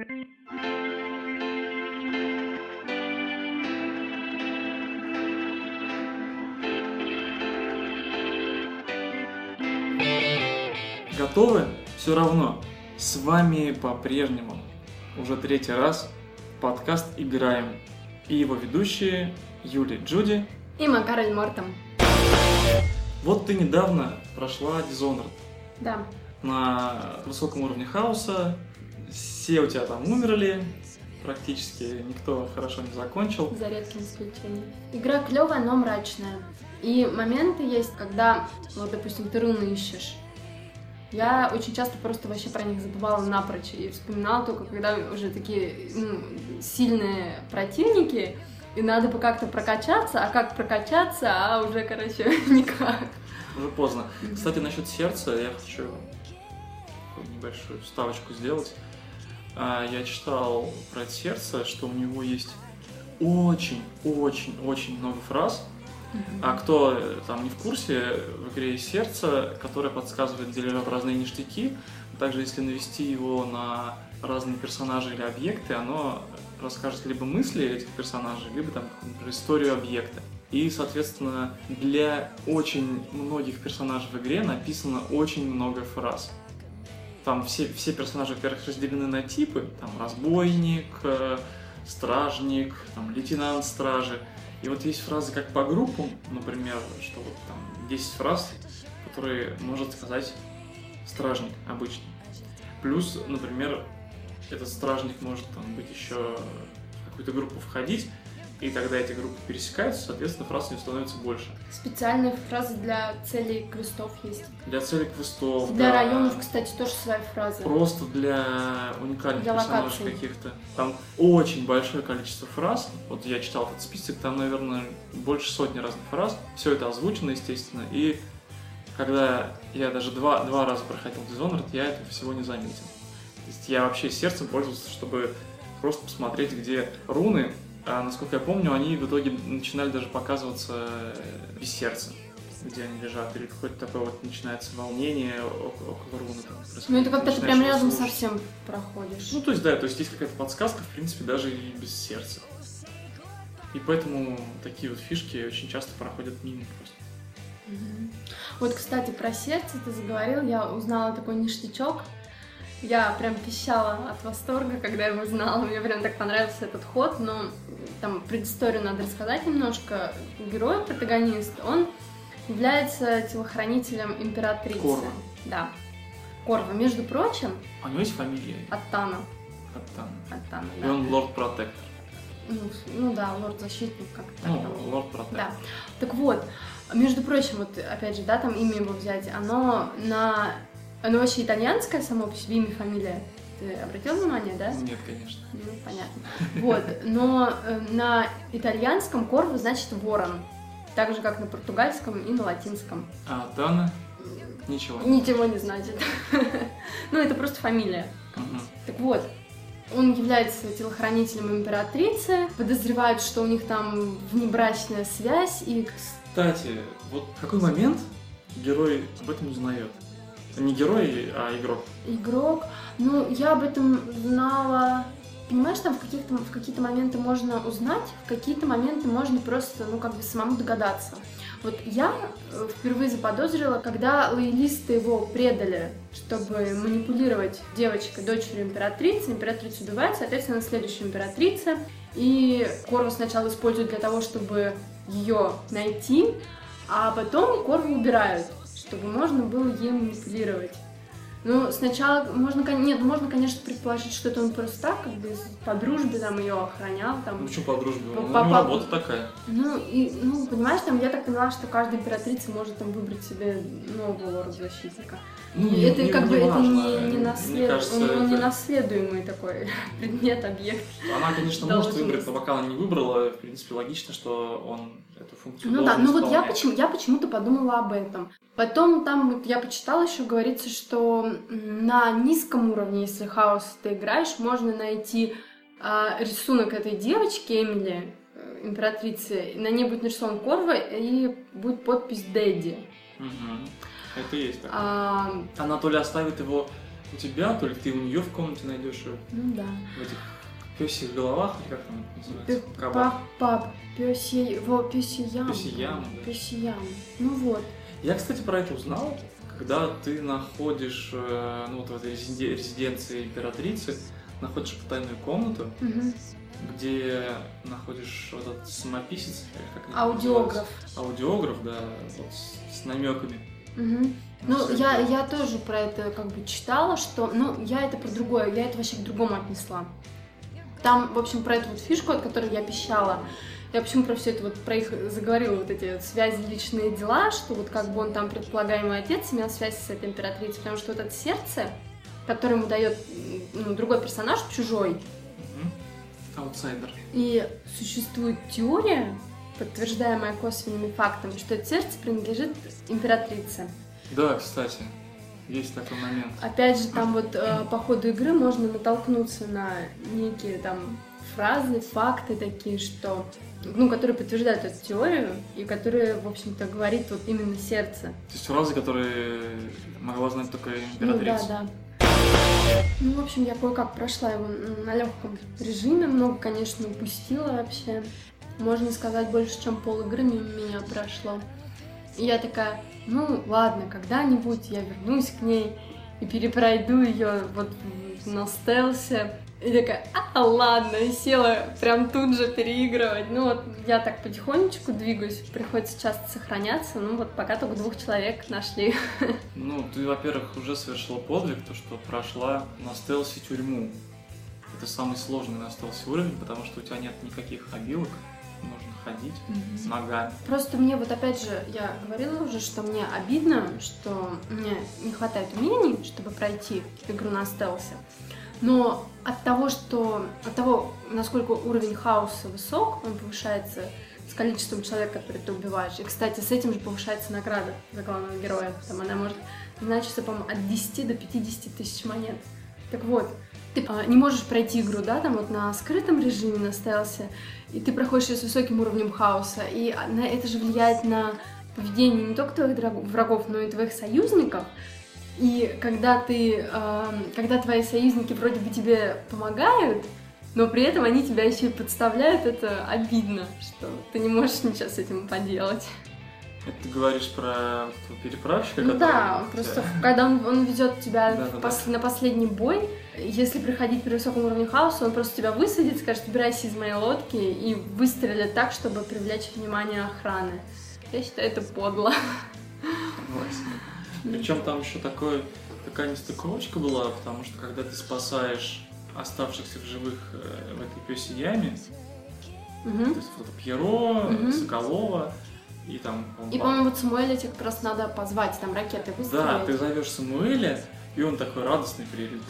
Готовы? Все равно. С вами по-прежнему уже 3-й раз подкаст «Играем». И его ведущие Юлия Джуди и Макар Эльмортом. Вот ты недавно прошла Dishonored. Да. На высоком уровне хаоса. Все у тебя там умерли. Практически никто хорошо не закончил. За редким исключением. Игра клевая, но мрачная. И моменты есть, когда, вот, допустим, ты руны ищешь. Я очень часто просто вообще про них забывала напрочь и вспоминала только, когда уже такие сильные противники, и надо бы как-то прокачаться, а как прокачаться, а уже, короче, никак. Уже поздно. Кстати, насчет сердца я хочу небольшую вставочку сделать. Я читал про это сердце, что у него есть очень много фраз. А кто там не в курсе, в игре есть сердце, которое подсказывает, где лежат разные ништяки. Также, если навести его на разные персонажи или объекты, оно расскажет либо мысли этих персонажей, либо там, например, историю объекта. И, соответственно, для очень многих персонажей в игре написано очень много фраз. Там все персонажи, во-первых, разделены на типы, там разбойник, стражник, там лейтенант стражи. И вот есть фразы как по группам, например, что вот там 10 фраз, которые может сказать стражник обычно. Плюс, например, этот стражник может там быть еще в какую-то группу входить, и тогда эти группы пересекаются, соответственно, фраз у него становится больше. Специальные фразы для целей квестов есть. Для целей квестов, для районов, кстати, тоже свои фразы. Просто для уникальных для персонажей локаций. Каких-то. Там очень большое количество фраз. Вот я читал этот список, там, наверное, больше сотни разных фраз. Все это озвучено, естественно. И когда я даже два раза проходил Dishonored, я этого всего не заметил. То есть я вообще сердцем пользовался, чтобы просто посмотреть, где руны. А, насколько я помню, они в итоге начинали даже показываться без сердца, где они лежат, или какое-то такое вот начинается волнение около руны. Ну это как-то ты прям рядом совсем проходишь. Ну то есть да, то есть есть какая-то подсказка, в принципе, даже и без сердца. И поэтому такие вот фишки очень часто проходят мимо просто. Вот, кстати, про сердце ты заговорил, я узнала такой ништячок. Я прям пищала от восторга, когда его узнала. Мне прям так понравился этот ход, но там предысторию надо рассказать немножко. Герой, протагонист, он является телохранителем императрицы. Корва. Да. Корва, между прочим. А у него есть фамилия? Аттана. Аттана, да. И он лорд-протектор. Ну да, лорд-защитник, как-то так. Лорд-протектор. Да. Так вот, между прочим, вот опять же, да, там имя его взять, оно вообще итальянское само по себе, имя, фамилия. Ты обратил внимание, да? Нет, конечно. Ну, понятно. Вот, но на итальянском корво значит ворон. Так же, как на португальском и на латинском. А Тана? Ничего. Ничего не значит. Ну, это просто фамилия. Так вот, он является телохранителем императрицы, подозревают, что у них там внебрачная связь и... Кстати, вот в какой момент герой об этом узнает? Не герой, а игрок. Игрок? Ну, я об этом знала... Понимаешь, там в какие-то моменты можно узнать, в какие-то моменты можно просто, самому догадаться. Вот я впервые заподозрила, когда лоялисты его предали, чтобы манипулировать девочкой, дочерью императрицы. Императрица убивает, соответственно, следующая императрица. И Корву сначала используют для того, чтобы ее найти, а потом Корву убирают, чтобы можно было ей манипулировать. Ну, сначала можно, конечно, предположить, что это он просто так, как бы по дружбе там ее охранял. Там. Ну, почему по дружбе? У него работа такая. Понимаешь, там я так поняла, что каждая императрица может там выбрать себе нового лорд-защитника. Ну, это не ненаследуемый такой предмет, объект. Она, конечно, может выбрать, но пока она не выбрала, в принципе, логично, что он эту функцию должен исполнять. Вот я почему-то подумала об этом. Потом там вот я почитала еще, говорится, что на низком уровне, если хаос ты играешь, можно найти рисунок этой девочки, Эмили, императрицы, на ней будет нарисован Корва и будет подпись «Дэдди». Это есть такое. Она то ли оставит его у тебя, то ли ты у нее в комнате найдешь ее. Ну да. В этих пёсьих головах, или как там это называется? Кабак. Пап, пёсья яма. Да. Пёсья яма. Ну вот. Я, кстати, про это узнал, когда ты находишь, ну вот в этой резиденции императрицы, находишь потайную комнату, где находишь вот этот самописец, как это Аудиограф. Аудиограф, да, вот с намеками. Ну, я тоже про это как бы читала, что... Ну, я это про другое, я это вообще к другому отнесла. Там, в общем, про эту вот фишку, от которой я пищала, я почему про все это вот, про их заговорила, вот эти вот связи, личные дела, что вот как бы он там, предполагаемый отец, имел связь с этой императрицей, потому что вот это сердце, которое ему дает другой персонаж, чужой. Аутсайдер. И существует теория, подтверждаемая косвенными фактами, что это сердце принадлежит императрице. Да, кстати, есть такой момент. Опять же, там вот по ходу игры можно натолкнуться на некие там фразы, факты такие, что, ну, которые подтверждают эту теорию и которые, в общем-то, говорит вот именно сердце. То есть фразы, которые могла знать только императрица. Ну, да. Ну, в общем, я кое-как прошла его на легком режиме, много, конечно, упустила вообще. Можно сказать, больше, чем пол игры мимо меня прошло. И я такая, ну, ладно, когда-нибудь я вернусь к ней и перепройду ее вот на стелсе. И такая, ладно, и села прям тут же переигрывать. Ну вот я так потихонечку двигаюсь, приходится часто сохраняться, ну вот пока только 2 человек нашли. Ну, ты, во-первых, уже совершила подвиг, то, что прошла на стелсе тюрьму. Это самый сложный на стелсе уровень, потому что у тебя нет никаких обилок, нужно ходить ногами. Просто мне вот опять же, я говорила уже, что мне обидно, что мне не хватает умений, чтобы пройти игру на стелсе. Но от того, насколько уровень хаоса высок, он повышается с количеством человек, которые ты убиваешь. И, кстати, с этим же повышается награда за главного героя. Там она может значиться, по-моему, от 10 до 50 тысяч монет. Так вот, ты не можешь пройти игру, да, там вот на скрытом режиме, на стелсе, и ты проходишь ее с высоким уровнем хаоса, и это же влияет на поведение не только твоих врагов, но и твоих союзников. И когда твои союзники вроде бы тебе помогают, но при этом они тебя еще и подставляют, это обидно, что ты не можешь ничего с этим поделать. Это ты говоришь про переправщика, ну, который... Да, просто когда он везет тебя Да. на последний бой, если проходить при высоком уровне хаоса, он просто тебя высадит, скажет, убирайся из моей лодки и выстрелит так, чтобы привлечь внимание охраны. Я считаю, это подло. Причем там еще такая нестыковочка была, потому что когда ты спасаешь оставшихся в живых в этой пёсьей яме, то есть вот Пьеро, Соколова и там... по-моему, вот Самуэля тебе как раз надо позвать, там ракеты выстрелить. Да, ты зовешь Самуэля, и он такой радостный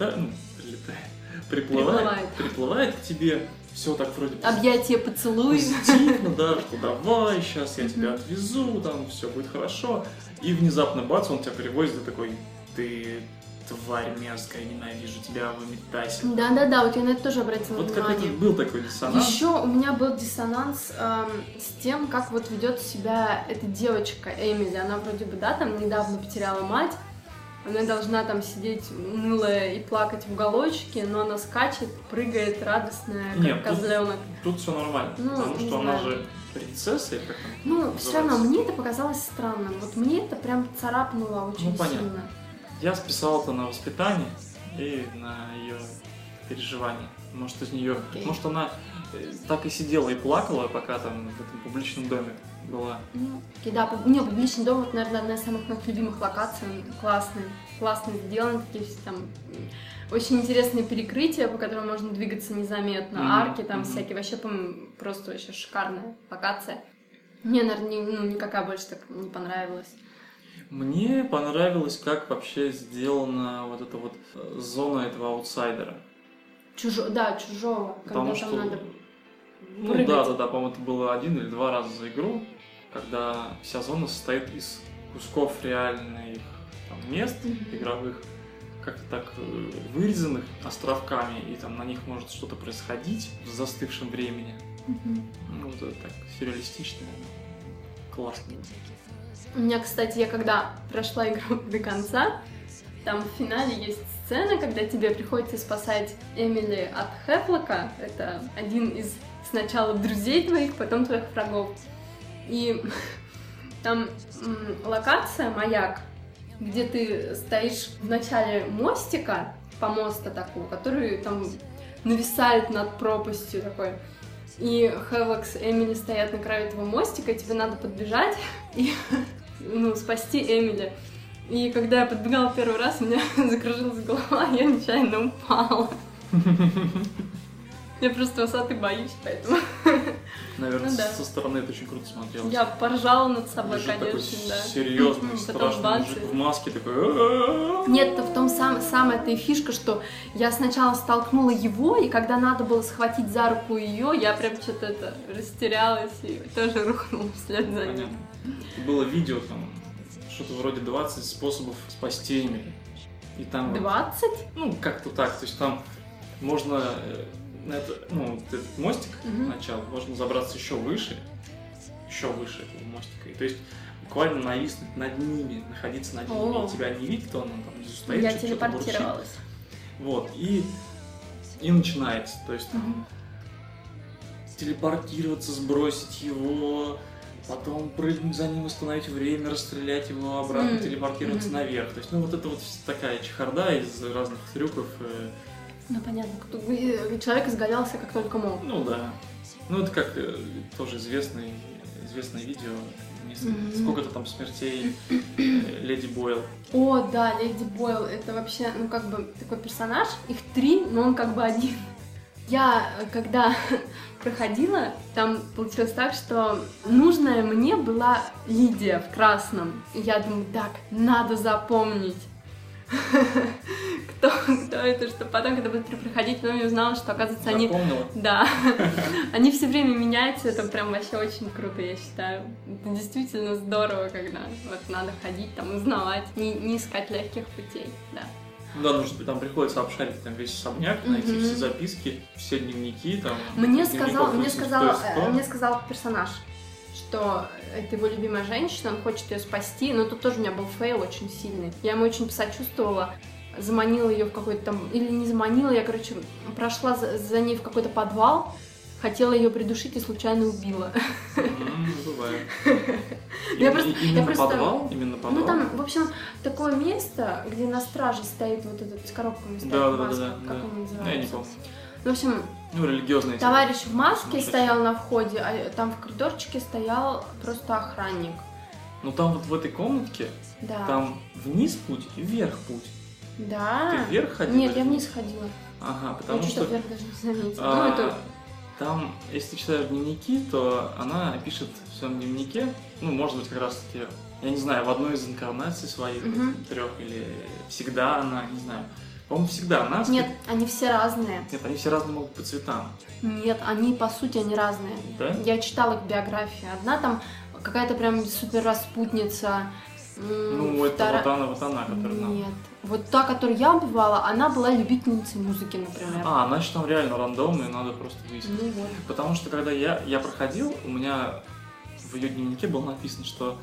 приплывает к тебе, все так вроде... Объятия, поцелуй. Позитивно, да, что давай, сейчас я тебя отвезу, там все будет хорошо. И внезапно, бац, он тебя привозит и такой, ты тварь мерзкая, ненавижу тебя, выметайся. Да, вот я на это тоже обратила внимание. Вот как был такой диссонанс. Еще у меня был диссонанс с тем, как вот ведет себя эта девочка Эмили. Она вроде бы, да, там недавно потеряла мать. Она должна там сидеть унылая и плакать в уголочке, но она скачет, прыгает радостная, как козленок. Тут все нормально, потому что она же принцесса, или как она называется? Все равно, мне это показалось странным. Вот мне это прям царапнуло очень сильно. Я списал это на воспитание и на ее переживания. Может, из нее, может, она так и сидела и плакала, пока там в этом публичном доме была. Да, публичный дом, вот, наверное, одна из самых моих любимых локаций. Классно сделан, такие там очень интересные перекрытия, по которым можно двигаться незаметно, арки там всякие, вообще, по-моему, просто вообще шикарная локация. Мне, наверное, никакая больше так не понравилась. Мне понравилось, как вообще сделана вот эта вот зона этого аутсайдера. Чужого, потому когда что, там надо прыгать. Да, по-моему, это было 1 или 2 раза за игру, когда вся зона состоит из кусков реальных там, мест игровых, как-то так вырезанных островками, и там на них может что-то происходить в застывшем времени. Ну, вот это так сюрреалистично, классно. У меня, кстати, я когда прошла игру до конца, там в финале есть сцена, когда тебе приходится спасать Эмили от Хефлока. Это один из сначала друзей твоих, потом твоих врагов. И там локация, маяк, где ты стоишь в начале мостика, помоста такого, который там нависает над пропастью такой. И Хевлок с Эмили стоят на краю этого мостика, и тебе надо подбежать и спасти Эмили. И когда я подбегала первый раз, у меня закружилась голова, и я нечаянно упала. Я просто высоты боюсь, поэтому... Наверное, со стороны это очень круто смотрелось. Я поржала над собой, конечно, такой да. Серьезный, страшный мужик в маске такой... Нет, в том самая-то и фишка, что я сначала столкнула его, и когда надо было схватить за руку ее, я прям что-то растерялась и тоже рухнула вслед за ним. Было видео там, что-то вроде 20 способов спасти Эмили. И там 20? Как-то так, то есть там можно... этот мостик начало, можно забраться еще выше этого мостика. И, то есть буквально нависнуть над ними, находиться над ними, и тебя не видит, он там внизу стоит, я что-то телепортировалась. Вот, и начинается, то есть там телепортироваться, сбросить его, потом прыгнуть за ним, остановить время, расстрелять его, обратно телепортироваться наверх. То есть, это вот такая чехарда из разных трюков. Понятно, человек изгалялся как только мог. Да. Это как тоже известное видео. Сколько-то там смертей Леди Бойл. О, да, Леди Бойл, это вообще, такой персонаж, их 3, но он один. Я, когда проходила, там получилось так, что нужная мне была Лидия в красном. И я думаю, так, надо запомнить. Кто это, что потом, когда буду проходить, я узнала, что, оказывается, они... Запомнила? Да. Они все время меняются, это прям вообще очень круто, я считаю. Это действительно здорово, когда надо ходить, там, узнавать, не искать легких путей, да. Там приходится обшарить там весь особняк, найти все записки, все дневники, там... Мне сказал персонаж, что это его любимая женщина, он хочет ее спасти, но тут тоже у меня был фейл очень сильный. Я ему очень посочувствовала, заманила ее в какой-то там, или не заманила, я, прошла за ней в какой-то подвал, хотела ее придушить и случайно убила. Бывает. Именно подвал? Там, в общем, такое место, где на страже стоит вот этот с коробками стоит маска, как он называется? Я не помню. В общем, религиозный товарищ в маске стоял на входе, а там в коридорчике стоял просто охранник. Там вот в этой комнатке, там вниз путь и вверх путь. Да. Ты вверх ходила? Нет, я вниз ходила. Ага, потому что... вверх даже не заметила. Там, если ты читаешь дневники, то она пишет в своем дневнике, может быть, как раз-таки, я не знаю, в одной из инкарнаций своих, 3, или всегда она, не знаю. По-моему, всегда она... Нет, они все разные. Нет, они все разные могут по цветам. Нет, по сути, они разные. Да? Я читала их биографии. Одна там какая-то прям супер распутница. Это вот она, которая... Нет. Вот та, которую я убивала, она была любительницей музыки, например. Значит, там реально рандомные, надо просто выяснить. Вот. Потому что, когда я проходил, у меня в ее дневнике было написано, что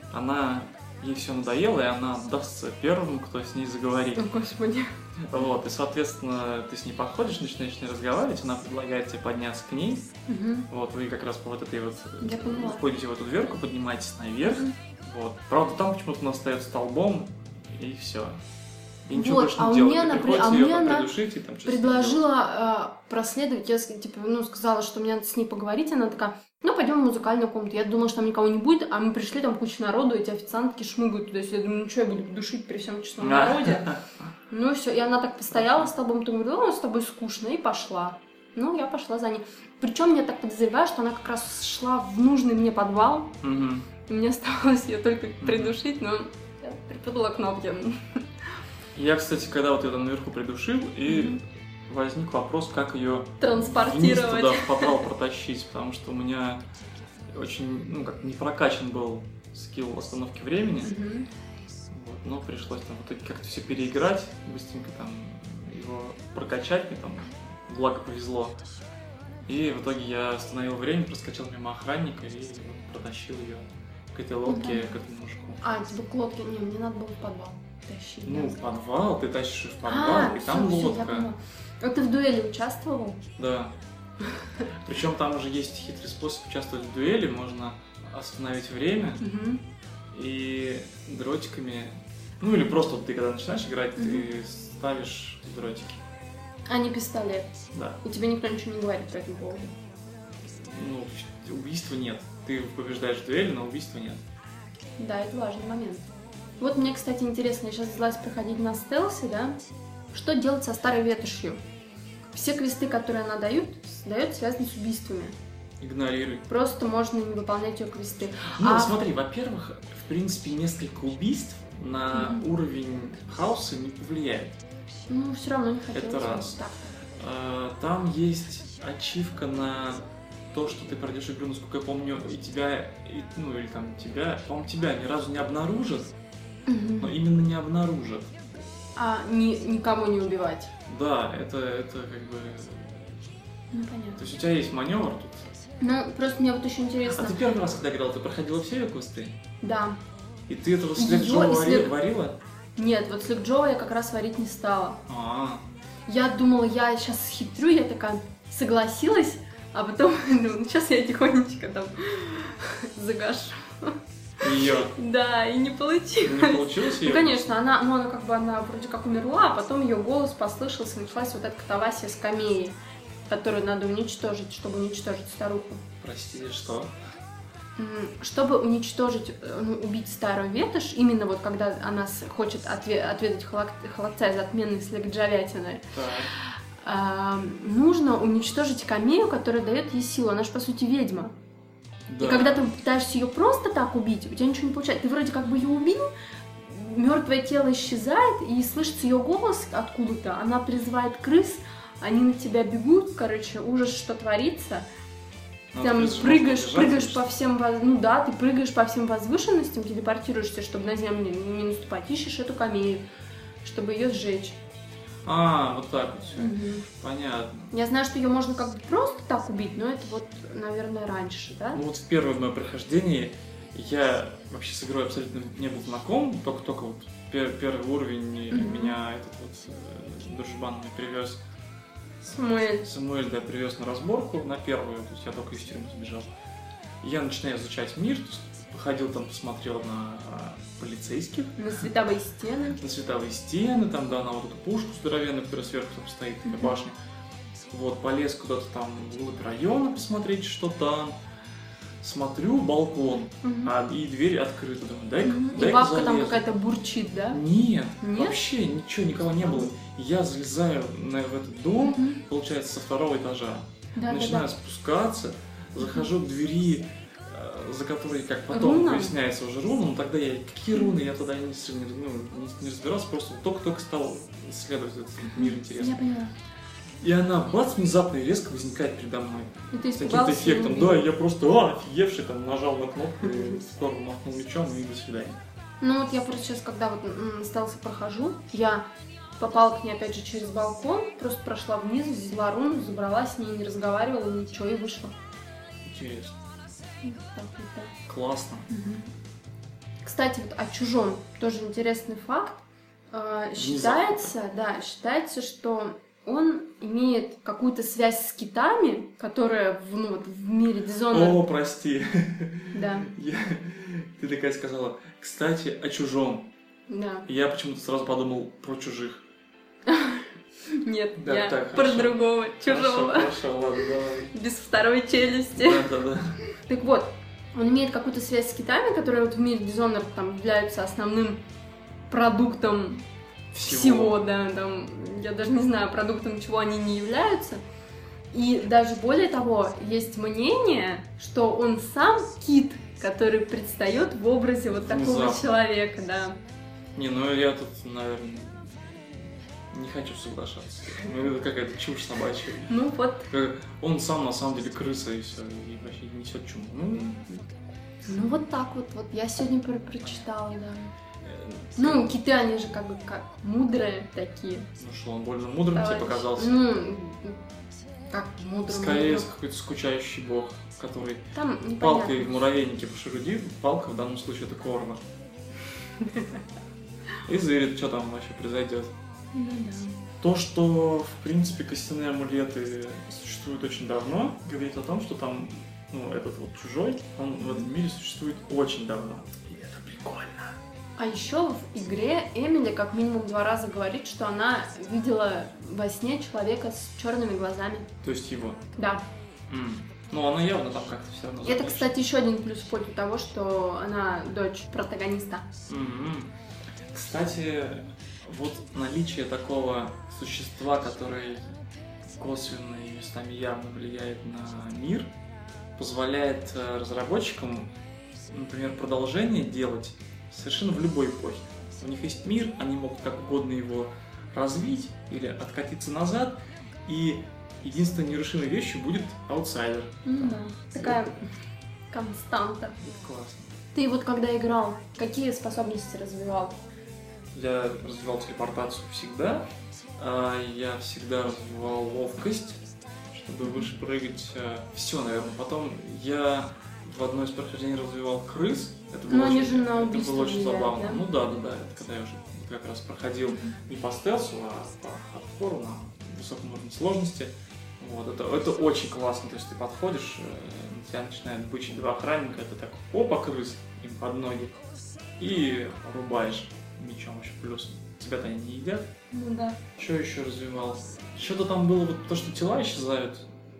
ей все надоело, и она отдастся первому, кто с ней заговорит. О, Господи. Вот, и, соответственно, ты с ней подходишь, начинаешь с ней разговаривать, она предлагает тебе подняться к ней. Вот, вы как раз по вот этой входите в эту дверку, поднимаетесь наверх. Вот. Правда, там почему-то она остается столбом, и все. И ничего больше не делать. Мне она предложила проследовать, я сказала, что мне надо с ней поговорить, она такая, пойдем в музыкальную комнату. Я думала, что там никого не будет, а мы пришли, там куча народу, эти официантки шмыгают туда. Я думаю, я буду душить при всем честном народе. Все, и она так постояла с тобой, потом говорила, с тобой скучно, и пошла. Я пошла за ней. Причем я так подозреваю, что она как раз шла в нужный мне подвал. И мне оставалось ее только придушить, но я припутала кнопки. Я, кстати, когда ее там наверху придушил, и возник вопрос, как ее транспортировать вниз туда в подвал протащить, потому что у меня очень, не прокачан был скилл остановки времени. Но пришлось там в итоге как-то все переиграть, быстренько там его прокачать, мне там благо повезло. И в итоге я остановил время, проскочил мимо охранника и протащил ее к этой лодке, к этому мужику. Тебе к лодке? Не, мне надо было в подвал. тащить? Ну, в подвал, ты тащишь их в подвал, и там всё, я лодка. поняла. А ты в дуэли участвовал? Да. Причем там уже есть хитрый способ участвовать в дуэли. Можно остановить время и дротиками... Ну или просто вот ты когда начинаешь играть, ты ставишь дротики. А не пистолет? Да. И тебе никто ничего не говорит по этому поводу? Ну, убийства нет. Ты побеждаешь в дуэли, но убийства нет. Да, это важный момент. Вот мне, кстати, интересно, я сейчас взялась проходить на стелсе, да? Что делать со старой ветошью? Все квесты, которые она дает, связаны с убийствами. Игнорируй. Просто можно не выполнять ее квесты. Ну, смотри, во-первых, в принципе, несколько убийств на уровень хаоса не повлияет. Ну, все равно не хотелось. Это раз. Там есть ачивка на то, что ты пройдешь игру, насколько я помню, и тебя, ну или там тебя, по-моему, тебя ни разу не обнаружат, но именно не обнаружат. А никого не убивать? Да, это как бы... Ну, понятно. То есть у тебя есть маневр тут. Ну, просто мне вот еще интересно. А ты первый раз, когда играла, ты проходила все ее квесты? Да. И ты этого Слэк Джо варила? Нет, вот Слэк Джо я как раз варить не стала. А-а-а. Я думала, я сейчас схитрю, я такая согласилась, а потом, ну, сейчас я тихонечко там загашу. Ее? Да, и не получилось. Не получилось ее? Ну, конечно, она вроде как умерла, а потом ее голос послышался, и началась вот эта катавасия с камеей, которую надо уничтожить, чтобы уничтожить старуху. Прости, что? Чтобы уничтожить, убить старую ветошь, именно вот когда она хочет отведать холодца из отменной слегджавятины, нужно уничтожить камею, которая дает ей силу. Она же, по сути, ведьма. Да. И когда ты пытаешься ее просто так убить, у тебя ничего не получается. Ты вроде как бы ее убил, мертвое тело исчезает, и слышится ее голос откуда-то. Она призывает крыс, они на тебя бегут, короче, ужас, что творится. Там прыгаешь по всем, ну да, ты прыгаешь по всем возвышенностям, телепортируешься, чтобы на землю не наступать, ищешь эту камею, чтобы ее сжечь. А, вот так вот все. Понятно. Я знаю, что ее можно как бы просто так убить, но это вот, наверное, раньше, да? Ну вот в первое мое прохождение я вообще с игрой абсолютно не был знаком, только вот первый уровень меня этот вот дружбан мне привез. Самуэль, да, привез на разборку, на первую, то есть я только из тюрьмы сбежал. Я начинаю изучать мир, то есть походил там, посмотрел на полицейских. На световые стены. На световые стены, там, да, на вот эту пушку здоровенную, которая сверху там стоит, такая башня. Вот, полез куда-то там вглубь района посмотреть, что там. Смотрю, балкон, и дверь открыта. Думаю, дай-ка и бабка залезу. там какая-то бурчит, да? Нет, вообще ничего, никого не было. Я залезаю в этот дом, получается, со второго этажа. Начинаю спускаться, захожу к двери, за которой, как потом выясняется, уже руна, но тогда какие руны, я туда не разбирался, просто только стал исследовать этот мир интересный. Я поняла. И она, бац, внезапно и резко возникает передо мной. И ты с каким-то эффектом. Да, и я просто, офигевший, там, нажал на кнопку, и в сторону махнул мечом, и до свидания. Ну вот я просто сейчас, когда вот стелса прохожу, я попала к ней опять же через балкон, просто прошла вниз, взяла руну, забралась с ней, не разговаривала, ничего, и вышла. Интересно. Так. Классно. Кстати, вот о Чужом тоже интересный факт. Считается, что он имеет какую-то связь с китами, которая в мире Dishonored. О, прости. Да. Ты такая сказала, кстати, о Чужом. Да. Я почему-то сразу подумал про Чужих. Нет, да, я так, про другого, Чужого. Хорошо, ладно, давай. Без второй челюсти. Да. Так вот, он имеет какую-то связь с китами, которые вот в мире Dishonored там являются основным продуктом всего, да, там, я даже не знаю, продуктом чего они не являются. И даже более того, есть мнение, что он сам кит, который предстает в образе вот такого человека, да. Не, ну я тут, наверное, не хочу соглашаться. Ну, это какая-то чушь собачья. Ну вот. Он сам на самом деле крыса и все, и вообще несет чуму. Ну вот так вот я сегодня прочитала, да. Ну, киты, они же как мудрые такие. Ну что, он больно мудрым тебе показался? Ну, как мудрым. Скорее, какой-то скучающий бог, который там палкой в муравейнике пошерудит. Палка в данном случае это корма. и зырит, что там вообще произойдет. Ну да. То, что, в принципе, костяные амулеты существуют очень давно, говорит о том, что там, этот вот чужой, он в этом мире существует очень давно. И это прикольно. А еще в игре Эмили как минимум 2 раза говорит, что она видела во сне человека с черными глазами. То есть его? Да. Ну, она явно там как-то все равно. Это, кстати, еще один плюс в пользу того, что она дочь протагониста. Кстати, вот наличие такого существа, который косвенно и местами явно влияет на мир, позволяет разработчикам, например, продолжение делать совершенно в любой эпохе. У них есть мир, они могут как угодно его развить или откатиться назад, и единственной нерушимой вещью будет аутсайдер. Да. Такая константа. Это классно. Ты вот когда играл, какие способности развивал? Я развивал телепортацию всегда. Я всегда развивал ловкость, чтобы выше прыгать. Все, наверное. Потом я в одно из прохождений развивал крыс. Это было они очень, же на это убийство было очень влияют, забавно. да? Ну да. Это когда я уже как раз проходил не по стелсу, а по хардкору на высоком уровне сложности. Вот, это очень классно. То есть ты подходишь, на тебя начинают бычить 2 охранника, это так, опа, крыс им под ноги, и рубаешь мечом еще плюс. Тебя-то они не едят. Ну да. Что еще развивал? Что-то там было, вот то, что тела исчезают.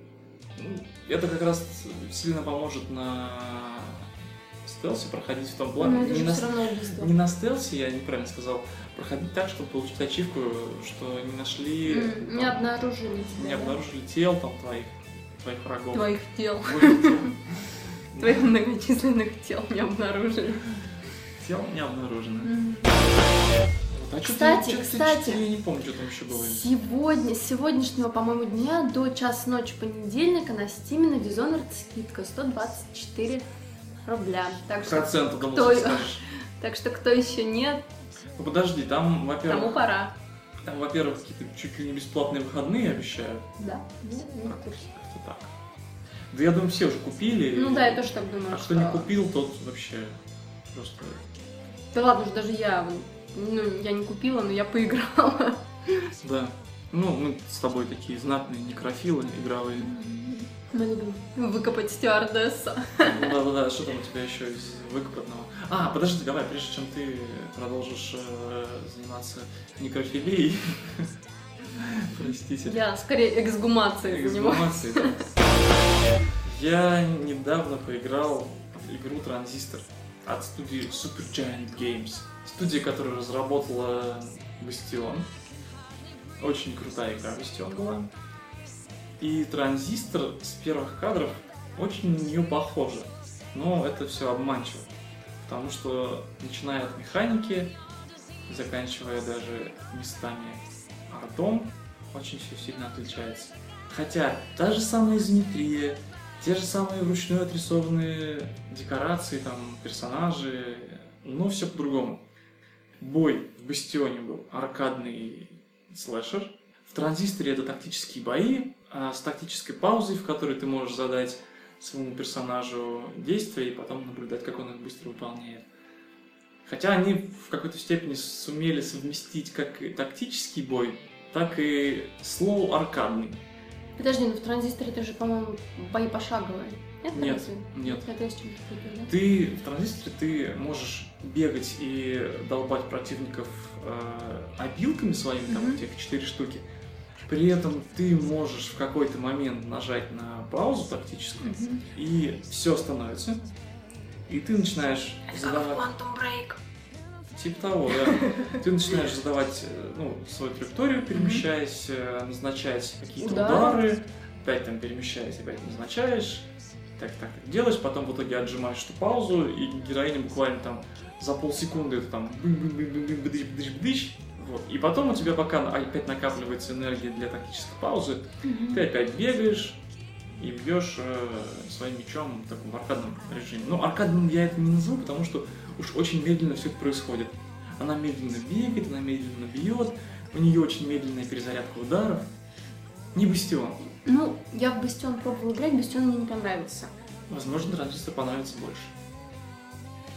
Это как раз сильно поможет на стелсе проходить в том плане. Но это же все равно убийство. Не на стелсе, я неправильно сказал, проходить так, чтобы получить ачивку, что не нашли... Не обнаружили тебя. Не обнаружили тел там твоих врагов. Твоих тел. Твоих многочисленных тел не обнаружили. Тел не обнаружено. Кстати, я не помню, что там еще было. С сегодняшнего, по-моему, дня до часа ночи понедельника на Steam на Dishonored скидка 124 рубля. Так что Процентов, думал, ты скажешь. Так что кто еще нет, Ну подожди, там, во-первых... тому пора. Там, во-первых, какие-то чуть ли не бесплатные выходные обещают. Да, не в курсе. Как-то так. Да я думаю, все уже купили. Ну да, я тоже так думаю. А кто не купил, тот вообще просто... Да ладно уж, даже я не купила, но я поиграла. Да. Ну, мы с тобой такие знатные некрофилы игровые. Мы любим выкопать стюардесса. Да, что там у тебя еще из выкопанного? Подожди, давай, прежде чем ты продолжишь заниматься некрофилией. Простите. Я скорее эксгумацией занимаюсь. Эксгумацией, да. Я недавно поиграл в игру Транзистор от студии Supergiant Games. Студия, которая разработала Бастион. Очень крутая игра Бастион была. И Транзистор с первых кадров очень на нее похожа. Но это все обманчиво. Потому что начиная от механики, заканчивая даже местами артом, очень все сильно отличается. Хотя та же самая изометрия, те же самые вручную отрисованные декорации, там, персонажи, но все по-другому. Бой в Бастионе был аркадный слэшер. В Транзисторе это тактические бои с тактической паузой, в которой ты можешь задать своему персонажу действия и потом наблюдать, как он их быстро выполняет. Хотя они в какой-то степени сумели совместить как и тактический бой, так и слоу аркадный. Подожди, в Транзисторе это же, по-моему, бои пошаговые. Нет. Это я с чем-то путаю, да? В Транзисторе ты можешь бегать и долбать противников опилками своими, там, этих 4 штуки. При этом ты можешь в какой-то момент нажать на паузу тактическую, и все становится. И ты начинаешь задавать... Quantum Break. Типа того, да. Ты начинаешь задавать свою траекторию, перемещаясь, назначать какие-то удары, опять там перемещаясь, опять назначаешь, так делаешь, потом в итоге отжимаешь эту паузу, и героиня буквально там за полсекунды это там бдыщ. Вот. И потом у тебя пока опять накапливается энергия для тактической паузы, ты опять бегаешь и бьешь своим мечом в таком аркадном режиме. Но аркадным я это не назову, потому что уж очень медленно все это происходит. Она медленно бегает, она медленно бьет, у нее очень медленная перезарядка ударов. Не Бастион. Ну, я в Бастион пробовала играть, Бастион мне не понравился. Возможно, Транзистор понравится больше.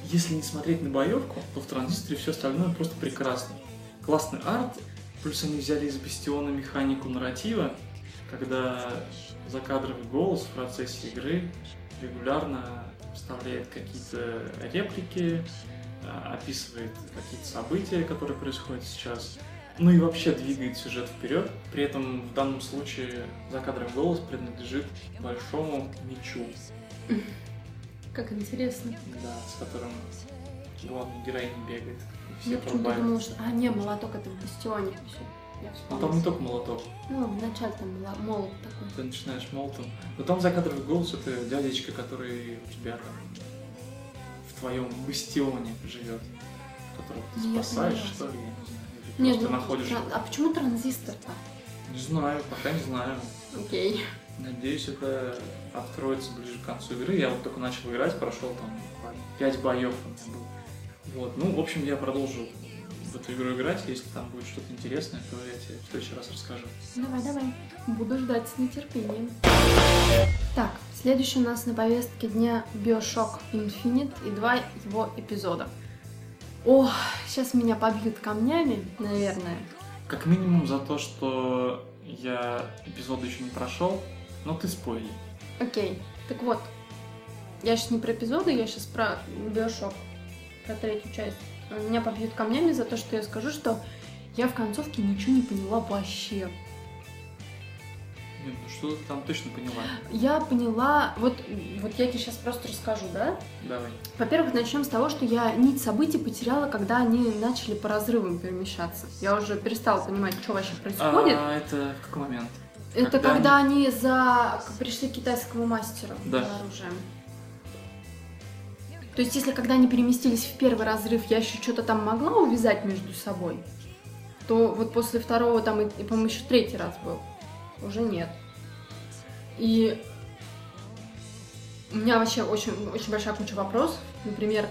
если не смотреть на боевку, то в «Транзисторе» все остальное просто прекрасно. Классный арт, плюс они взяли из «Бастиона» механику нарратива, когда закадровый голос в процессе игры регулярно вставляет какие-то реплики, описывает какие-то события, которые происходят сейчас, ну и вообще двигает сюжет вперед. При этом в данном случае закадровый голос принадлежит большому мечу. Как интересно. Да, с которым главная героиня бегает. Я почему-то думала, что... не, молоток это в «Бастионе». Ну там не только молоток. Ну, вначале там был молот такой. Ты начинаешь молотом. Но там закадровый голос — это дядечка, который у тебя там в твоем бастионе живет, которого ты спасаешь, что ли, я не знаю. Или Нет, просто находишь. А почему «Транзистор»-то? Не знаю, пока не знаю. Окей. Надеюсь, это откроется ближе к концу игры. Я вот только начал играть, прошел там буквально 5 боев у меня было. Вот, ну, в общем, я продолжу в эту игру играть. Если там будет что-то интересное, то я тебе в следующий раз расскажу. Давай. Буду ждать с нетерпением. Так, следующий у нас на повестке дня BioShock Infinite и 2 его эпизода. Ох, сейчас меня побьют камнями, наверное. Как минимум за то, что я эпизоды еще не прошел, но ты спойлер. Окей, так вот, я сейчас не про эпизоды, я сейчас про BioShock, про третью часть. Меня побьют камнями за то, что я скажу, что я в концовке ничего не поняла вообще. Нет, ну что ты там точно поняла? Я поняла, вот я тебе сейчас просто расскажу, да? Давай. Во-первых, начнем с того, что я нить событий потеряла, когда они начали по разрывам перемещаться. Я уже перестала понимать, что вообще происходит. Это в какой момент? Это когда они пришли к китайскому мастеру за оружием. То есть, если когда они переместились в первый разрыв, я еще что-то там могла увязать между собой, то вот после второго там и по-моему, еще третий раз был. Уже нет. И у меня вообще очень, очень большая куча вопросов. Например,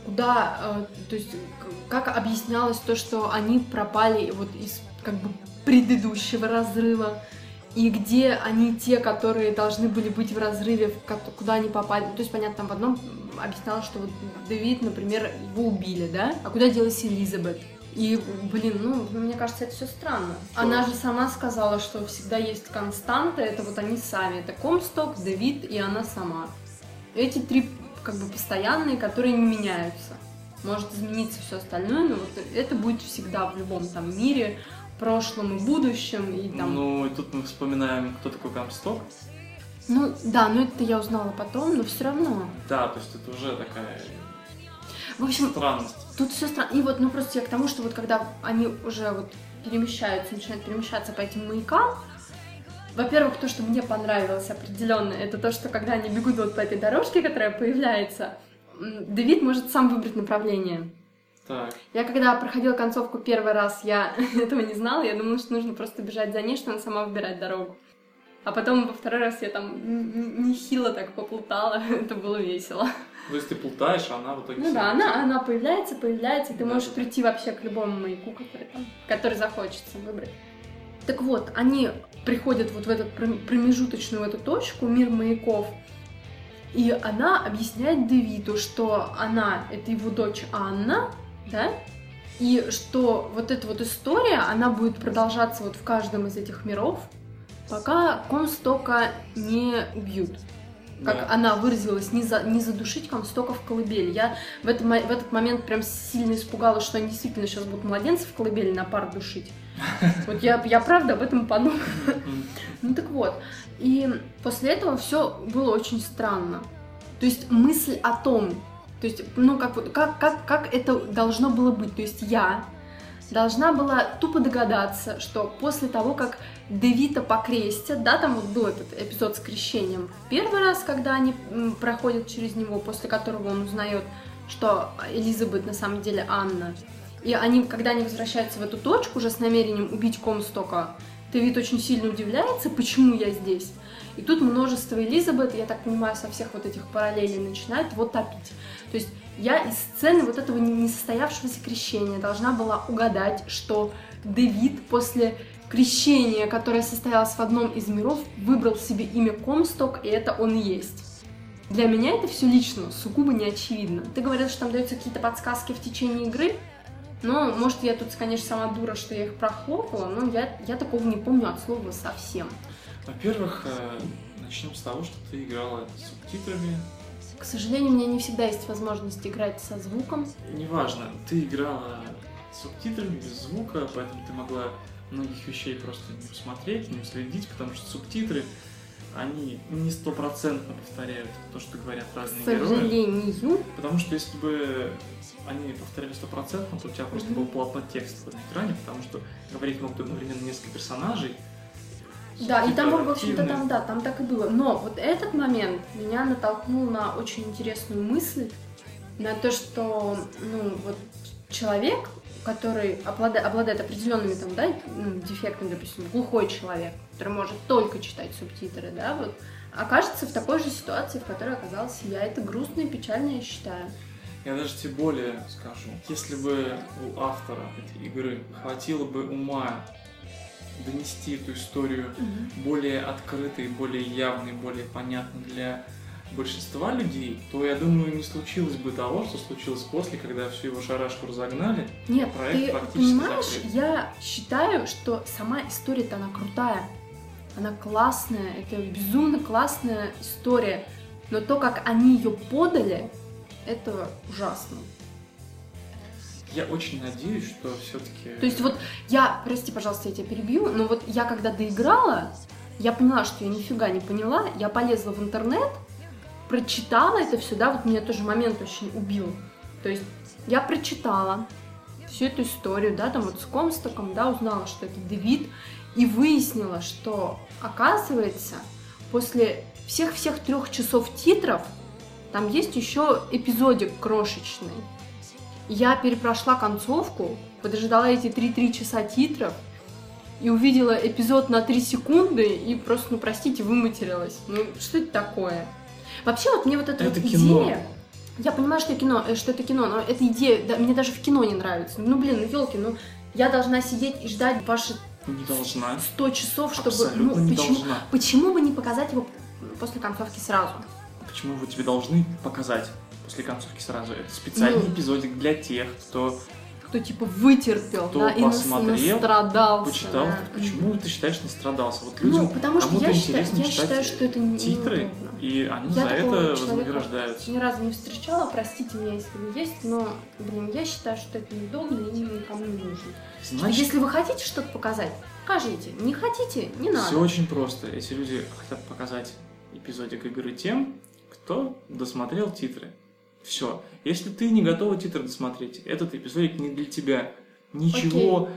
то есть, как объяснялось то, что они пропали вот из как бы предыдущего разрыва, и где они те, которые должны были быть в разрыве, куда они попали. То есть, понятно, там в одном объяснялось, что вот Дэвид, например, его убили, да? А куда делась Элизабет? И, мне кажется, это все странно. Что? Она же сама сказала, что всегда есть константа, это вот они сами. Это Комсток, Дэвид и она сама. Эти три как бы постоянные, которые не меняются. Может измениться все остальное, но вот это будет всегда в любом там мире, прошлом и будущем. И там... Ну, и тут мы вспоминаем, кто такой Комсток. Ну, да, но это я узнала потом, но все равно. Да, то есть это уже такая... В общем, странность. Тут все странно. И вот, просто я к тому, что вот когда они уже вот начинают перемещаться по этим маякам, во-первых, то, что мне понравилось определенно, это то, что когда они бегут вот по этой дорожке, которая появляется, Дэвид может сам выбрать направление. Так. Я когда проходила концовку первый раз, я этого не знала, я думала, что нужно просто бежать за ней, что она сама выбирает дорогу. А потом во второй раз я там нехило так поплутала, это было весело. То есть ты плутаешь, а она в итоге... Ну да, она появляется, ты можешь прийти вообще к любому маяку, который захочется выбрать. Так вот, они приходят вот в эту промежуточную в эту точку, мир маяков, и она объясняет Дэвиду, что она, это его дочь Анна, да, и что вот эта вот история, она будет продолжаться вот в каждом из этих миров, пока Комстока не убьют. Как она выразилась, не задушить Комстока в колыбели. Я в этот момент прям сильно испугалась, что они действительно сейчас будут младенцев в колыбели на пар душить. Вот я правда об этом подумала. Ну так вот. И после этого все было очень странно. То есть мысль о том, то есть, как это должно было быть. То есть я должна была тупо догадаться, что после того, как Дэвида покрестят, да, там вот был этот эпизод с крещением, первый раз, когда они проходят через него, после которого он узнает, что Элизабет на самом деле Анна, и когда они возвращаются в эту точку уже с намерением убить Комстока, Дэвид очень сильно удивляется, почему я здесь. И тут множество Элизабет, я так понимаю, со всех вот этих параллелей начинает его топить. То есть я из сцены вот этого несостоявшегося крещения должна была угадать, что Дэвид после крещения, которое состоялось в одном из миров, выбрал себе имя Комсток, и это он и есть. Для меня это все лично, сугубо не очевидно. Ты говорил, что там даются какие-то подсказки в течение игры. Ну, может, я тут, конечно, сама дура, что я их прохлопала, но я такого не помню от слова совсем. Во-первых, начнем с того, что ты играла с субтитрами. К сожалению, у меня не всегда есть возможность играть со звуком. Неважно, ты играла с субтитрами, без звука, поэтому ты могла многих вещей просто не посмотреть, не уследить, потому что субтитры, они не стопроцентно повторяют то, что говорят разные герои. К сожалению. Потому что если бы они повторяли стопроцентно, то у тебя просто был полотно текста на экране, потому что говорить могут одновременно несколько персонажей. Да, и там, в общем-то, там так и было. Но вот этот момент меня натолкнул на очень интересную мысль, на то, что, вот человек, который обладает определенными там, да, дефектами, допустим, глухой человек, который может только читать субтитры, да, вот, окажется в такой же ситуации, в которой оказалась я. Это грустно и печально, я считаю. Я даже тебе более скажу. Если бы у автора этой игры хватило бы ума донести эту историю более открытой, более явной, более понятной для большинства людей, то, я думаю, не случилось бы того, что случилось после, когда всю его шарашку разогнали. Нет, проект ты практически понимаешь, закрыт. я считаю, что сама история-то она крутая, она классная, это безумно классная история, но то, как они ее подали, это ужасно. Я очень надеюсь, что все-таки... То есть вот я, прости, пожалуйста, я тебя перебью, но вот я когда доиграла, я поняла, что я нифига не поняла, я полезла в интернет, прочитала это все, да, вот меня тоже момент очень убил. То есть я прочитала всю эту историю, да, там вот с Комстоком, да, узнала, что это Дэвид, и выяснила, что, оказывается, после всех 3 часов титров там есть еще эпизодик крошечный. Я перепрошла концовку, подождала эти 3 часа титров и увидела эпизод на 3 секунды и просто, ну простите, выматерилась. Ну что это такое? Вообще вот мне вот эта вот идея... Я понимаю, что это кино, но эта идея, да, мне даже в кино не нравится. Ну блин, ну елки, ну я должна сидеть и ждать ваши не должна. 100 часов, чтобы... Абсолютно не должна. Почему бы не показать его после концовки сразу? Почему вы тебе должны показать после концовки сразу? Это специальный эпизодик для тех, кто типа вытерпел, кто да, и посмотрел, настрадался. Почитал. Да. Почему ты считаешь настрадался? Вот людям, потому что я считаю, что это не титры, и они за это вознаграждаются. Ни разу не встречала, простите меня, если вы есть, но, блин, я считаю, что это неудобно и никому не нужно. Значит, если вы хотите что-то показать, покажите. Не хотите, не надо. Все очень просто. Эти люди хотят показать эпизодик игры тем, кто досмотрел титры. Все. Если ты не готова титры досмотреть, этот эпизодик не для тебя. Ничего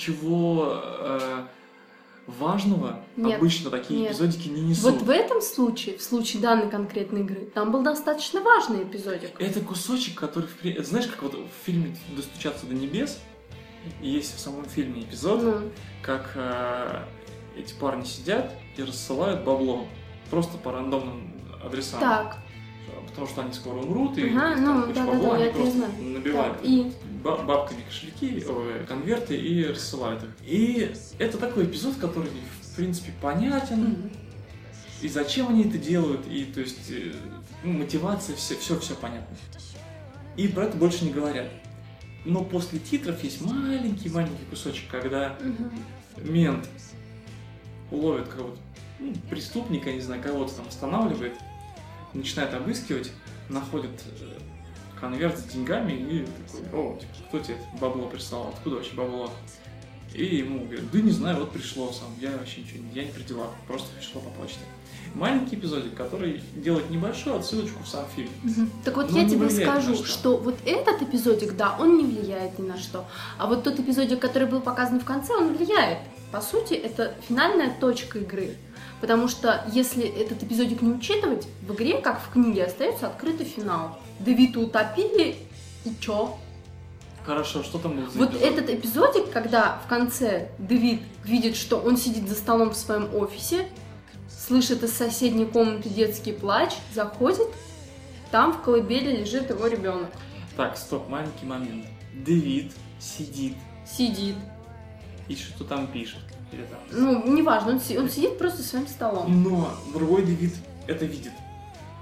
важного обычно такие эпизодики не несут. Вот в этом случае, в случае данной конкретной игры, там был достаточно важный эпизодик. Это кусочек, который... Знаешь, как вот в фильме «Достучаться до небес» есть в самом фильме эпизод, как эти парни сидят и рассылают бабло просто по рандомным адресам. Так. Потому что они скоро умрут, и бабло они просто набивают бабками кошельки, конверты и рассылают их. И это такой эпизод, который, в принципе, понятен, и зачем они это делают, и, то есть, мотивация, все понятно. И про это больше не говорят. Но после титров есть маленький кусочек, когда мент ловит какого-то преступника, не знаю, кого-то там останавливает, начинает обыскивать, находит конверт с деньгами и такой: кто тебе это бабло прислал, откуда вообще бабло? И ему говорят: да не знаю, вот пришло сам, я вообще ничего, я не при делах, просто пришло по почте. Маленький эпизодик, который делает небольшую отсылочку в сам фильм. Так вот я тебе скажу, что вот этот эпизодик, да, он не влияет ни на что, а вот тот эпизодик, который был показан в конце, он влияет. По сути, это финальная точка игры. Потому что если этот эпизодик не учитывать, в игре, как в книге, остается открытый финал. Дэвида утопили, и чё? Хорошо, что там будет за Вот эпизод? этот эпизодик, когда в конце Дэвид видит, что он сидит за столом в своем офисе, слышит из соседней комнаты детский плач, заходит, там в колыбели лежит его ребенок. Так, стоп, маленький момент. Дэвид сидит. И что там пишет? Ну, неважно, он сидит просто за своим столом. Но другой Дэвид это видит.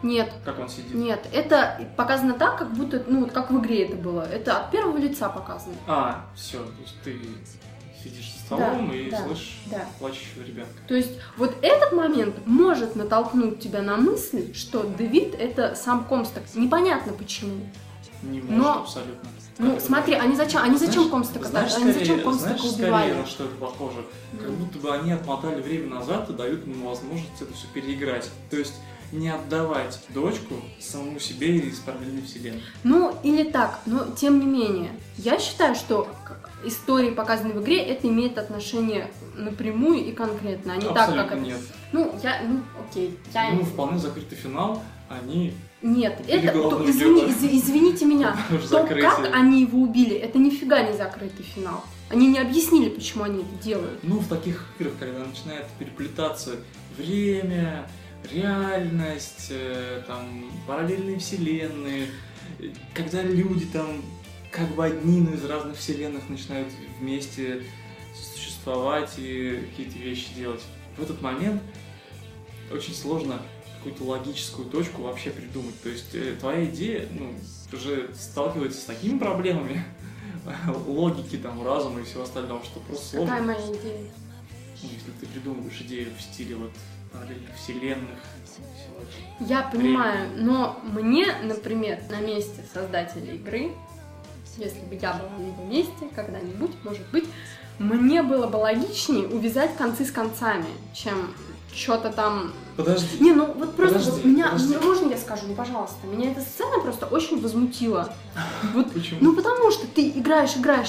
Нет. Как он сидит? Нет, это показано так, как будто, ну, вот как в игре это было. Это от первого лица показано. Все, то есть ты сидишь за столом и слышишь плачущего ребенка. То есть вот этот момент может натолкнуть тебя на мысль, что Дэвид это сам Комсток. Непонятно почему. Не может абсолютно. Ну, смотри, они зачем Комстока убивали? На что это похоже? Как будто бы они отмотали время назад и дают ему возможность это все переиграть. То есть не отдавать дочку самому себе из параллельной вселенной. Ну, или так, но тем не менее. Я считаю, что истории, показанные в игре, это имеет отношение напрямую и конкретно, а не так, как это... нет. Окей. Вполне закрытый финал, они... Нет, это, извините меня, то, как они его убили, это нифига не закрытый финал. Они не объяснили, почему они это делают. Ну, в таких играх, когда начинает переплетаться время, реальность, там, параллельные вселенные, когда люди там как бы одни, но из разных вселенных начинают вместе существовать и какие-то вещи делать. В этот момент очень сложно какую-то логическую точку вообще придумать. То есть твоя идея уже сталкивается с такими проблемами логики, там, разума и всего остального, что просто сложно. Какая моя идея? Если ты придумываешь идею в стиле вот параллельных вселенных. Я понимаю, но мне, например, на месте создателя игры, если бы я была на его месте когда-нибудь, может быть, мне было бы логичнее увязать концы с концами, чем что-то там... Подожди. Не, ну вот просто можно я скажу, ну пожалуйста, меня эта сцена просто очень возмутила. Вот, почему? Ну потому что ты играешь,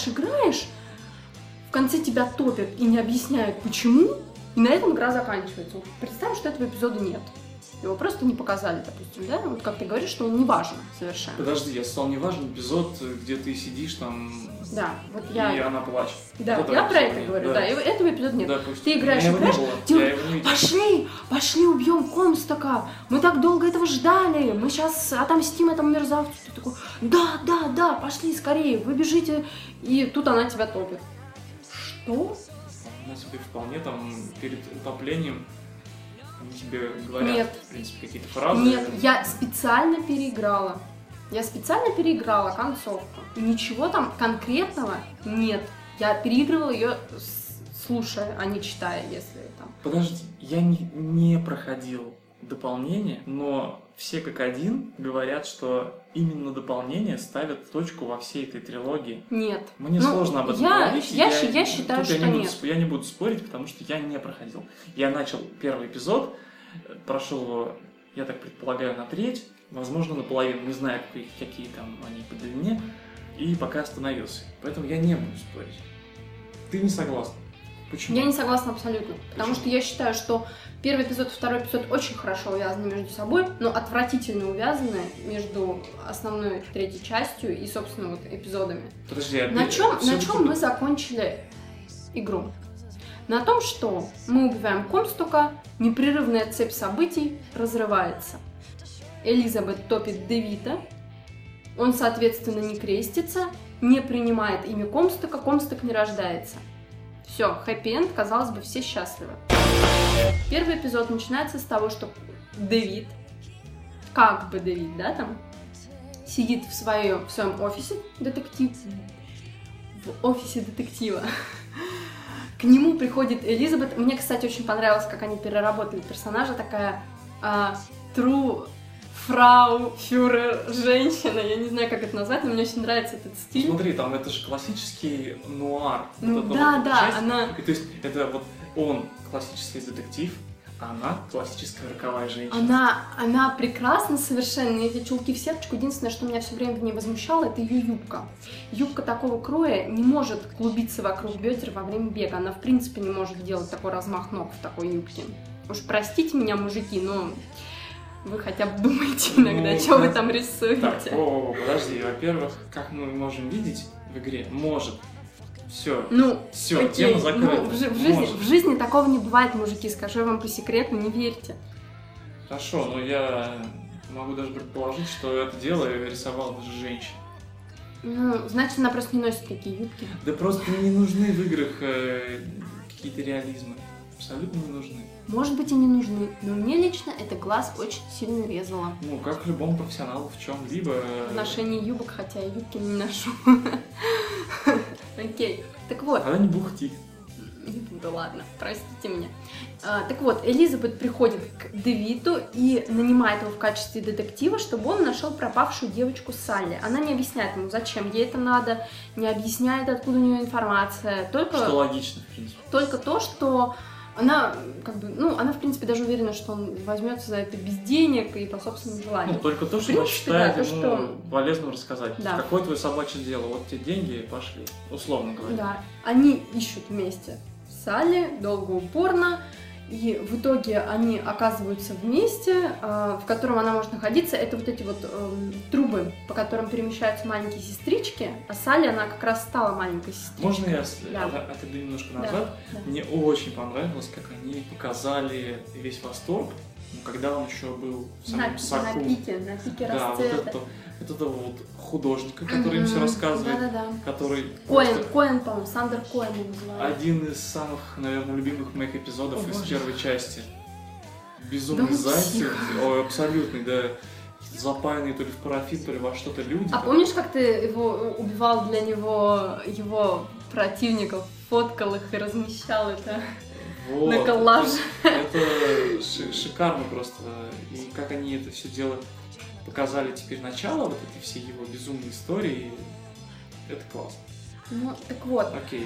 в конце тебя топят и не объясняют почему, и на этом игра заканчивается. Вот представь, что этого эпизода нет. Его просто не показали, допустим, да? Вот как ты говоришь, что он не важен совершенно. Подожди, я сказал, не важен эпизод, где ты сидишь там, да, вот и она плачет. Да, я про это говорю, да, этого эпизода нет. Ты играешь, пошли убьем Комстока, мы так долго этого ждали, мы сейчас отомстим этому мерзавцу. Ты такой, да, пошли скорее, вы бежите, и тут она тебя топит. Что? Она тебе вполне там перед утоплением они тебе говорят, в принципе, какие-то фразы. Нет, я специально переиграла. Концовку. И ничего там конкретного нет. Я переигрывала ее, слушая, а не читая, если там... Подожди, я не проходил дополнение, но все как один говорят, что именно дополнение ставят точку во всей этой трилогии. Нет. Мне сложно об этом говорить. Я считаю, что нет. Я не буду спорить, потому что я не проходил. Я начал первый эпизод, прошел его, я так предполагаю, на треть, возможно, на половину, не знаю, какие там они по длине, и пока остановился. Поэтому я не буду спорить. Ты не согласна? Почему? Я не согласна абсолютно. Потому что я считаю, что первый эпизод и второй эпизод очень хорошо увязаны между собой, но отвратительно увязаны между основной третьей частью и, собственно, вот эпизодами. Подожди, на чем мы закончили игру? На том, что мы убиваем Комстока, непрерывная цепь событий разрывается. Элизабет топит Дэвида, он, соответственно, не крестится, не принимает имя Комстока, Комсток не рождается. Все, хэппи-энд, казалось бы, все счастливы. Первый эпизод начинается с того, что Дэвид, сидит в своем офисе в офисе детектива. К нему приходит Элизабет. Мне, кстати, очень понравилось, как они переработали персонажа. Такая true фрау, фюрер, женщина. Я не знаю, как это назвать, но мне очень нравится этот стиль. Смотри, там это же классический нуар. Она... То есть это вот он классический детектив, а она классическая роковая женщина. Она прекрасна совершенно, эти чулки в сеточку. Единственное, что меня все время в ней возмущало, это ее юбка. Юбка такого кроя не может клубиться вокруг бедер во время бега. Она в принципе не может делать такой размах ног в такой юбке. Уж простите меня, мужики, но вы хотя бы думаете иногда, что вы там рисуете. Так, подожди, во-первых, как мы можем видеть в игре, может. Все, тема закрыта. В жизни такого не бывает, мужики, скажу я вам по секрету, не верьте. Хорошо, но я могу даже предположить, что это дело рисовала даже женщина. Ну, значит, она просто не носит такие юбки. Да просто не нужны в играх какие-то реализмы. абсолютно не нужны. Может быть, и не нужны, но мне лично это глаз очень сильно резало. Ну, как любому профессионалу в чем-либо. В ношении юбок, хотя я юбки не ношу. Окей, так вот. Она не бухти. Да ладно, простите меня. Так вот, Элизабет приходит к Девиту и нанимает его в качестве детектива, чтобы он нашел пропавшую девочку Салли. Она не объясняет ему, зачем ей это надо, не объясняет, откуда у нее информация. Что логично, в принципе. Только то, что она, она, в принципе, даже уверена, что он возьмется за это без денег и по собственному желанию. Ну, только то, что она считает ему полезным рассказать. Да. Какое твое собачье дело? Вот тебе деньги, пошли. Условно говоря. Да. Они ищут вместе Салли, долго, упорно, и в итоге они оказываются в месте, в котором она может находиться. Это вот эти вот трубы, по которым перемещаются маленькие сестрички, а Салли, она как раз стала маленькой сестричкой. Можно я отойду немножко назад? Да. Мне очень понравилось, как они показали весь восторг, когда он еще был в самом соку. На пике расцвета. Вот этого вот художника, который им все рассказывает, который... Коэн, по-моему, Сандер Коэн его называют. Один из самых, наверное, любимых моих эпизодов из первой части. Безумный зайцев, абсолютный, да, запаянный то ли в парафин, то ли во что-то люди. А помнишь, как ты его убивал для него, его противников, фоткал их и размещал это на коллаже? Это шикарно просто, и как они это все дело показали теперь начало вот этой всей его безумной истории, это классно. Ну, так вот. Окей.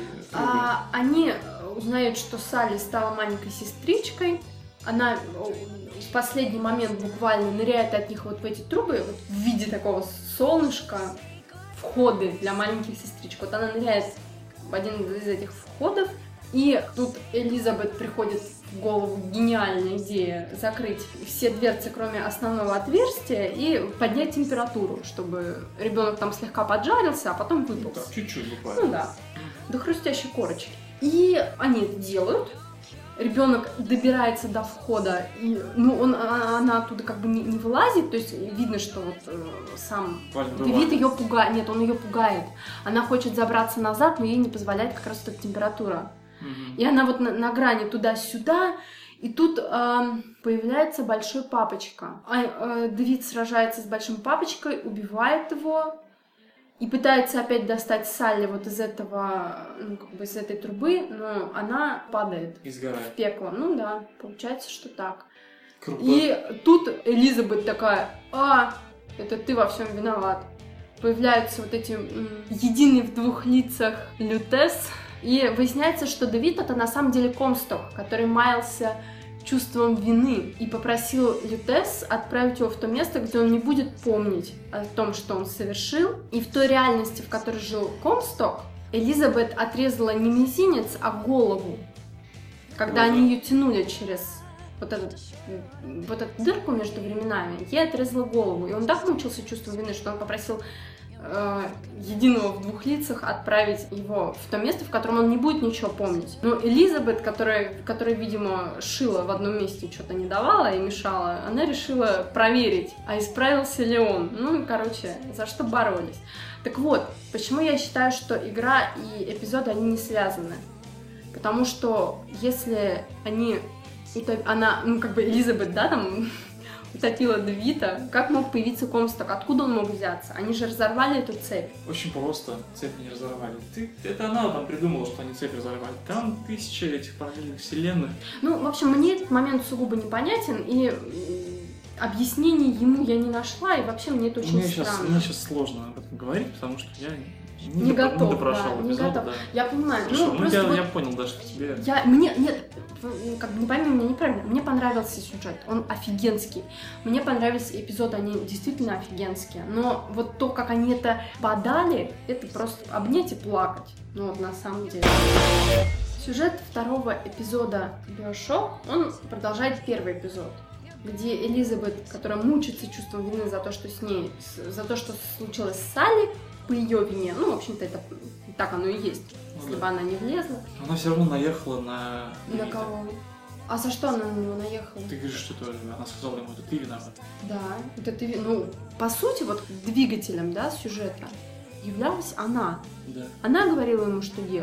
Они узнают, что Салли стала маленькой сестричкой. Она в последний момент буквально ныряет от них вот в эти трубы, вот в виде такого солнышка, входы для маленьких сестричек. Вот она ныряет в один из этих входов, и тут Элизабет приходит в голову гениальная идея закрыть все дверцы, кроме основного отверстия, и поднять температуру, чтобы ребенок там слегка поджарился, а потом выполз. Да, чуть-чуть буквально. Ну да, до хрустящей корочки. И они это делают. Ребенок добирается до входа, и, она оттуда как бы не вылазит, то есть видно, что вот сам Дэвид ее пугает. Нет, он ее пугает. Она хочет забраться назад, но ей не позволяет как раз эта температура. И она вот на грани туда-сюда, и тут появляется большой папочка. Дэвид сражается с большим папочкой, убивает его и пытается опять достать Салли вот из этого, из этой трубы, но она падает в пекло. Ну да, получается, что так. Круто. И тут Элизабет такая: это ты во всем виноват. Появляются вот эти единый в двух лицах Лютес. И выясняется, что Дэвид — это на самом деле Комсток, который маялся чувством вины и попросил Лютес отправить его в то место, где он не будет помнить о том, что он совершил. И в той реальности, в которой жил Комсток, Элизабет отрезала не мизинец, а голову, когда они ее тянули через вот эту дырку между временами. Ей отрезала голову, и он так мучился чувством вины, что он попросил единого в двух лицах отправить его в то место, в котором он не будет ничего помнить. Но Элизабет, которая, видимо, шила в одном месте, что-то не давала и мешала, она решила проверить, а исправился ли он. За что боролись. Так вот, почему я считаю, что игра и эпизоды, они не связаны? Потому что если Элизабет, утопила Дэвида, как мог появиться Комсток, откуда он мог взяться? Они же разорвали эту цепь. Очень просто, цепь не разорвали. Это она там придумала, что они цепь разорвали. Там тысячи этих параллельных вселенных. В общем, мне этот момент сугубо непонятен, и объяснений ему я не нашла, и вообще мне это очень странно. Мне сейчас сложно об этом говорить, потому что я не готов. Да. Я понимаю. Я понял, да, что тебе... Не пойми меня неправильно, мне понравился сюжет, он офигенский. Мне понравились эпизоды, они действительно офигенские. Но вот то, как они это подали, это просто обнять и плакать. На самом деле. Сюжет второго эпизода BioShock, он продолжает первый эпизод, где Элизабет, которая мучится чувством вины за то, что случилось с Салли, по ее вине, в общем-то, это так оно и есть, если бы она не влезла. Она все равно наехала на... На кого? А за что она на него наехала? Ты говоришь, что она сказала ему, это ты виноват. Да, это ты... по сути, двигателем, сюжета являлась она. Да. Она говорила ему, что делать.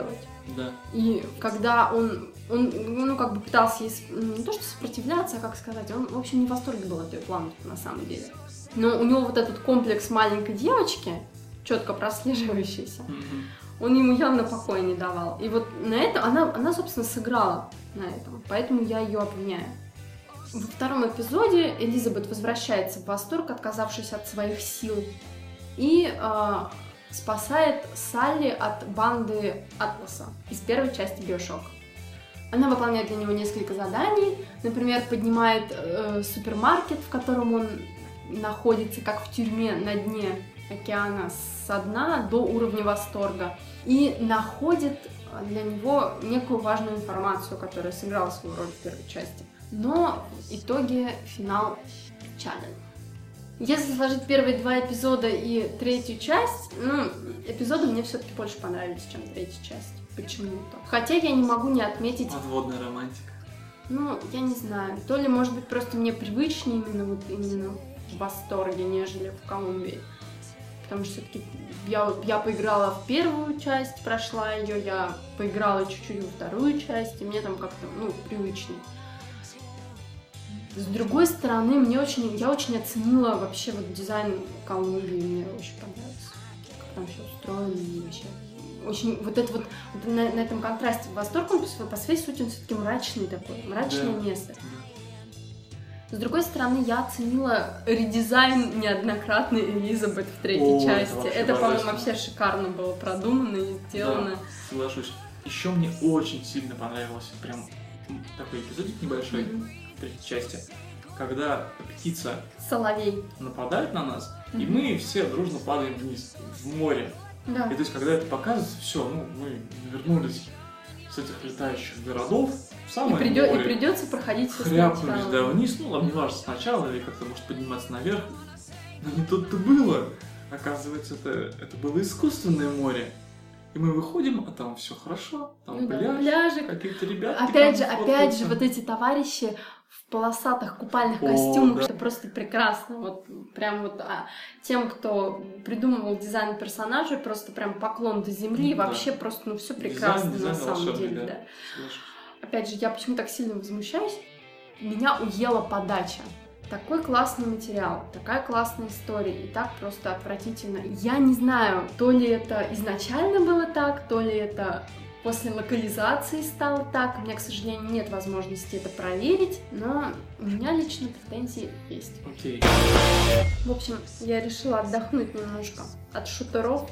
Да. И когда он ну, как бы пытался не то что сопротивляться, а как сказать, он, в общем, не в восторге был от ее планов на самом деле. Но у него вот этот комплекс маленькой девочки, четко прослеживающийся, он ему явно покоя не давал. И вот на это она, собственно, сыграла на этом, поэтому я ее обвиняю. Во втором эпизоде Элизабет возвращается в восторг, отказавшись от своих сил, и спасает Салли от банды Атласа из первой части Биошок. Она выполняет для него несколько заданий, например, поднимает супермаркет, в котором он находится, как в тюрьме на дне океана, со дна до уровня восторга, и находит для него некую важную информацию, которая сыграла свою роль в первой части. Но в итоге финал печален. Если сложить первые 2 эпизода и третью часть, эпизоды мне все-таки больше понравились, чем третья часть. Почему-то. Хотя я не могу не отметить... Подводная романтика. Я не знаю. То ли, может быть, просто мне привычнее именно в восторге, нежели в Колумбии. Потому что все-таки я поиграла в первую часть, прошла ее, я поиграла чуть-чуть во вторую часть, и мне там как-то, привычнее. С другой стороны, я очень оценила вообще дизайн Колумбии, мне очень понравился. Как там все устроено и вообще. Очень на этом контрасте восторг, он по своей сути он все-таки мрачный такой, мрачное место. С другой стороны, я оценила редизайн неоднократный Элизабет в третьей части. Это, по-моему, вообще шикарно было продумано и сделано. Да, соглашусь. Еще мне очень сильно понравился прям такой эпизодик небольшой в третьей части, когда птица Соловей нападает на нас, и мы все дружно падаем вниз, в море. Да. И то есть, когда это показывается, все, мы вернулись с этих летающих городов в самое море. И придется проходить все сначала. Хряпнулись, вниз, не важно, сначала или как-то, может, подниматься наверх. Но не тут-то было. Оказывается, это было искусственное море. И мы выходим, а там все хорошо, там пляжи, какие-то ребята. Опять же, вот эти товарищи в полосатых купальных костюмах, это просто прекрасно. Тем, кто придумывал дизайн персонажей, просто прям поклон до земли, вообще просто, все прекрасно на самом деле. Да. Опять же, я почему так сильно возмущаюсь, меня уела подача. Такой классный материал, такая классная история, и так просто отвратительно. Я не знаю, то ли это изначально было так, то ли это после локализации стало так. У меня, к сожалению, нет возможности это проверить, но у меня лично претензии есть. Окей. В общем, я решила отдохнуть немножко от шутеров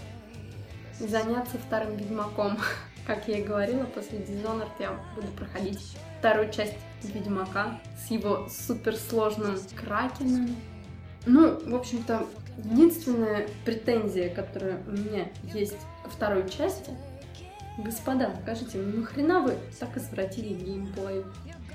и заняться вторым Ведьмаком. Как я и говорила, после Dishonored я буду проходить вторую часть Ведьмака с его суперсложным кракеном. В общем-то, единственная претензия, которая у меня есть ко второй части: господа, скажите, нахрена вы так извратили геймплей?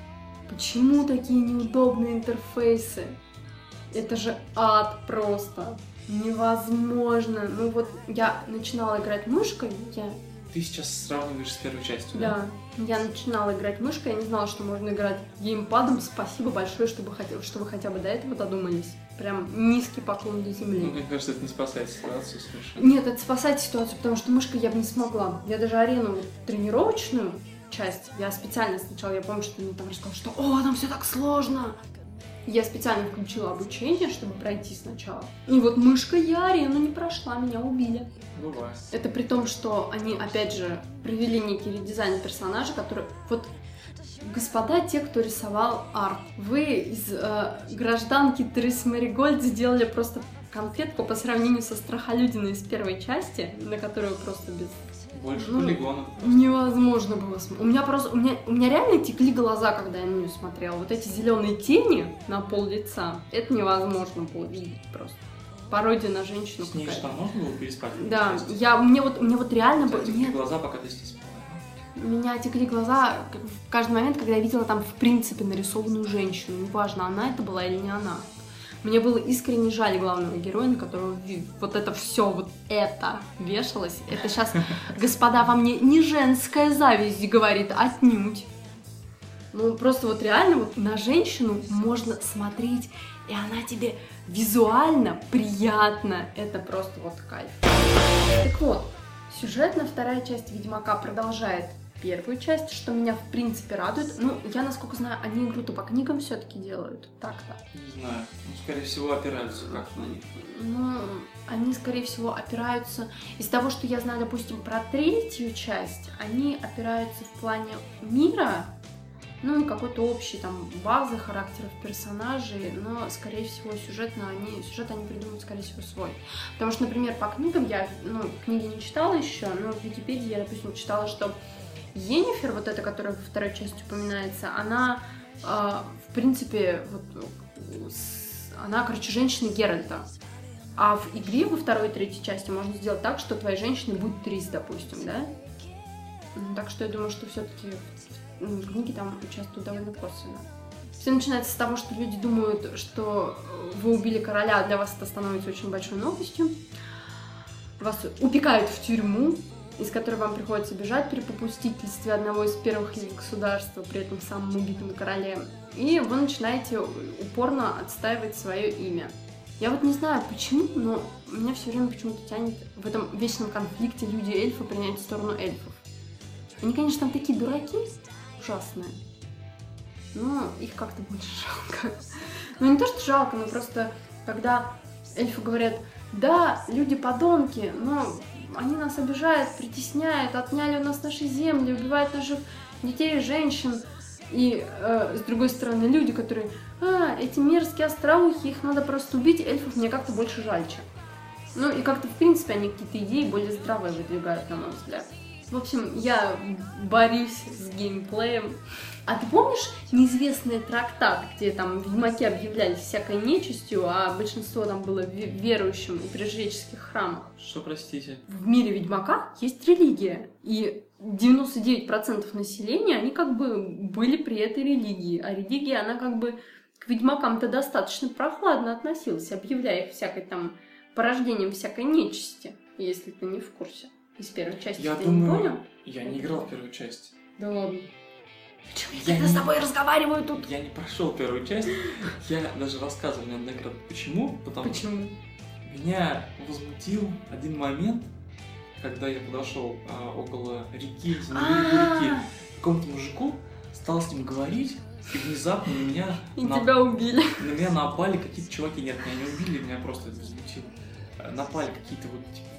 Почему такие неудобные интерфейсы? Это же ад просто. Невозможно. Я начинала играть мышкой, Ты сейчас сравниваешь с первой частью, да? Да, я начинала играть мышкой, я не знала, что можно играть геймпадом. Спасибо большое, что вы хотя бы до этого додумались. Прям низкий поклон до земли. Мне кажется, это не спасает ситуацию совершенно. Нет, это спасает ситуацию, потому что мышкой я бы не смогла. Я даже арену тренировочную часть, я специально сначала, я помню, что мне там рассказали, что там все так сложно. Я специально включила обучение, чтобы пройти сначала. И мышкой я арену не прошла, меня убили. Бывает. Это при том, что они, опять же, провели некий редизайн персонажа, который... Господа, те, кто рисовал арт, вы из гражданки Трис Маригольд сделали просто конфетку по сравнению со Страхолюдиной из первой части, на которую просто без... Больше полигонов. Невозможно было смотреть. У меня реально текли глаза, когда я на нее смотрела. Вот эти зеленые тени на пол лица, это невозможно было видеть просто. Пародия на женщину. С ней что, можно было переспать? Да, мне реально было... Текли глаза, пока ты здесь. У меня текли глаза в каждый момент, когда я видела там в принципе нарисованную женщину. Неважно, она это была или не она. Мне было искренне жаль главного героя, на которого это все это вешалось. Это сейчас, господа, во мне не женская зависть говорит, отнюдь. Просто реально на женщину можно смотреть, и она тебе визуально приятна. Это просто кайф. Так вот, Сюжетно вторая часть Ведьмака продолжает первую часть, что меня в принципе радует. Ну, я, насколько знаю, они игру-то по книгам все-таки делают. Так-то. Не знаю. Ну, скорее всего, опираются как-то на них. Ну, они, скорее всего, опираются... Из того, что я знаю, допустим, про третью часть, они опираются в плане мира, ну и какой-то общей там базы характеров персонажей, но, скорее всего, сюжет они придумают, скорее всего, свой. Потому что, например, по книгам я, книги не читала еще, но в Википедии я, допустим, читала, что Йеннифер, вот эта, которая во второй части упоминается, она, в принципе, она, короче, женщина Геральта. А в игре во второй и третьей части можно сделать так, что твоей женщиной будет Трис, допустим, да? Так что я думаю, что все-таки в книге там участвуют довольно косвенно. Все начинается с того, что люди думают, что вы убили короля, а для вас это становится очень большой новостью. Вас упекают в тюрьму, из которой вам приходится бежать при попустительстве одного из первых лиц государства, при этом самым убитым королем. И вы начинаете упорно отстаивать свое имя. Я вот не знаю почему, но меня все время почему-то тянет в этом вечном конфликте люди-эльфы принять сторону эльфов. Они, конечно, там такие дураки ужасные, но их как-то больше жалко. Ну не то, что жалко, но просто когда эльфы говорят: да, люди подонки, но они нас обижают, притесняют, отняли у нас наши земли, убивают наших детей и женщин. И с другой стороны, люди, которые: эти мерзкие остроухи, их надо просто убить, эльфов мне как-то больше жальче. Ну и как-то, в принципе, они какие-то идеи более здравые выдвигают, на мой взгляд. В общем, я борюсь с геймплеем. А ты помнишь неизвестный трактат, где там ведьмаки объявлялись всякой нечистью, а большинство там было верующим и при жреческих храмах? Что, простите? В мире ведьмака есть религия, и 99% населения, они как бы были при этой религии, а религия, она как бы к ведьмакам-то достаточно прохладно относилась, объявляя их всякой там порождением всякой нечисти, если ты не в курсе. Из первой части Я ты думаю, не понял? Я не играл в первую часть. Да ладно. Почему Я я с тобой разговариваю тут? Я не прошел первую часть. Я даже рассказывал неоднократно. Почему? Потому что меня возмутил один момент, когда я подошел около реки, реки, к какому-то мужику, стал с ним говорить, и внезапно на меня... тебя убили. На меня напали какие-то чуваки. Нет, меня не убили, меня просто это возмутило. Напали какие-то вот типа...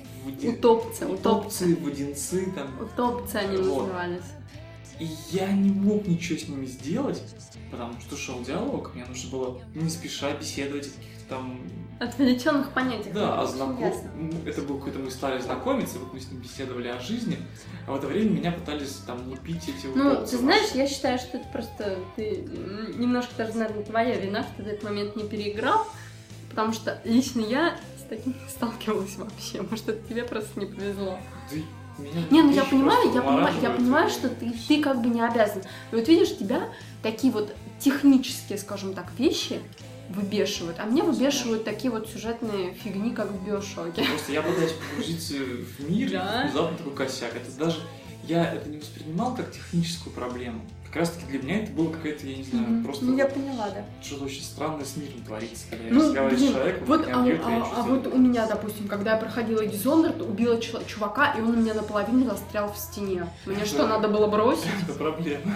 Утопцы, водянцы там. Утопцы они назывались. И я не мог ничего с ними сделать, потому что шел диалог, мне нужно было не спеша беседовать о каких-то там... отвлеченных понятиях. Да, это был какой-то, мы стали знакомиться, вот мы с ним беседовали о жизни, а в это время меня пытались там лупить эти утопцы. Ну, ты знаешь, я считаю, что это просто ты немножко даже, наверное, твоя вина, что ты этот момент не переиграл, потому что лично я с таким не сталкивалась вообще. Может, это тебе просто не повезло. Не, ну я понимаю, что ты как бы не обязан. И вот видишь, тебя такие вот технические, скажем так, вещи выбешивают, а меня выбешивают такие вот сюжетные фигни, как в Биошоке. Просто я пытаюсь погрузиться в мир, и внезапно такой косяк. Это даже я это не воспринимал как техническую проблему. Как раз таки для меня это было какая-то, я не знаю, просто... Ну, я поняла, да. Что-то очень странное с миром творится, когда я разговариваю с человеком, вот, меня бьют, вот у меня, допустим, когда я проходила Dishonored, убила чувака, и он у меня наполовину застрял в стене. Мне что, надо было бросить? Это проблема.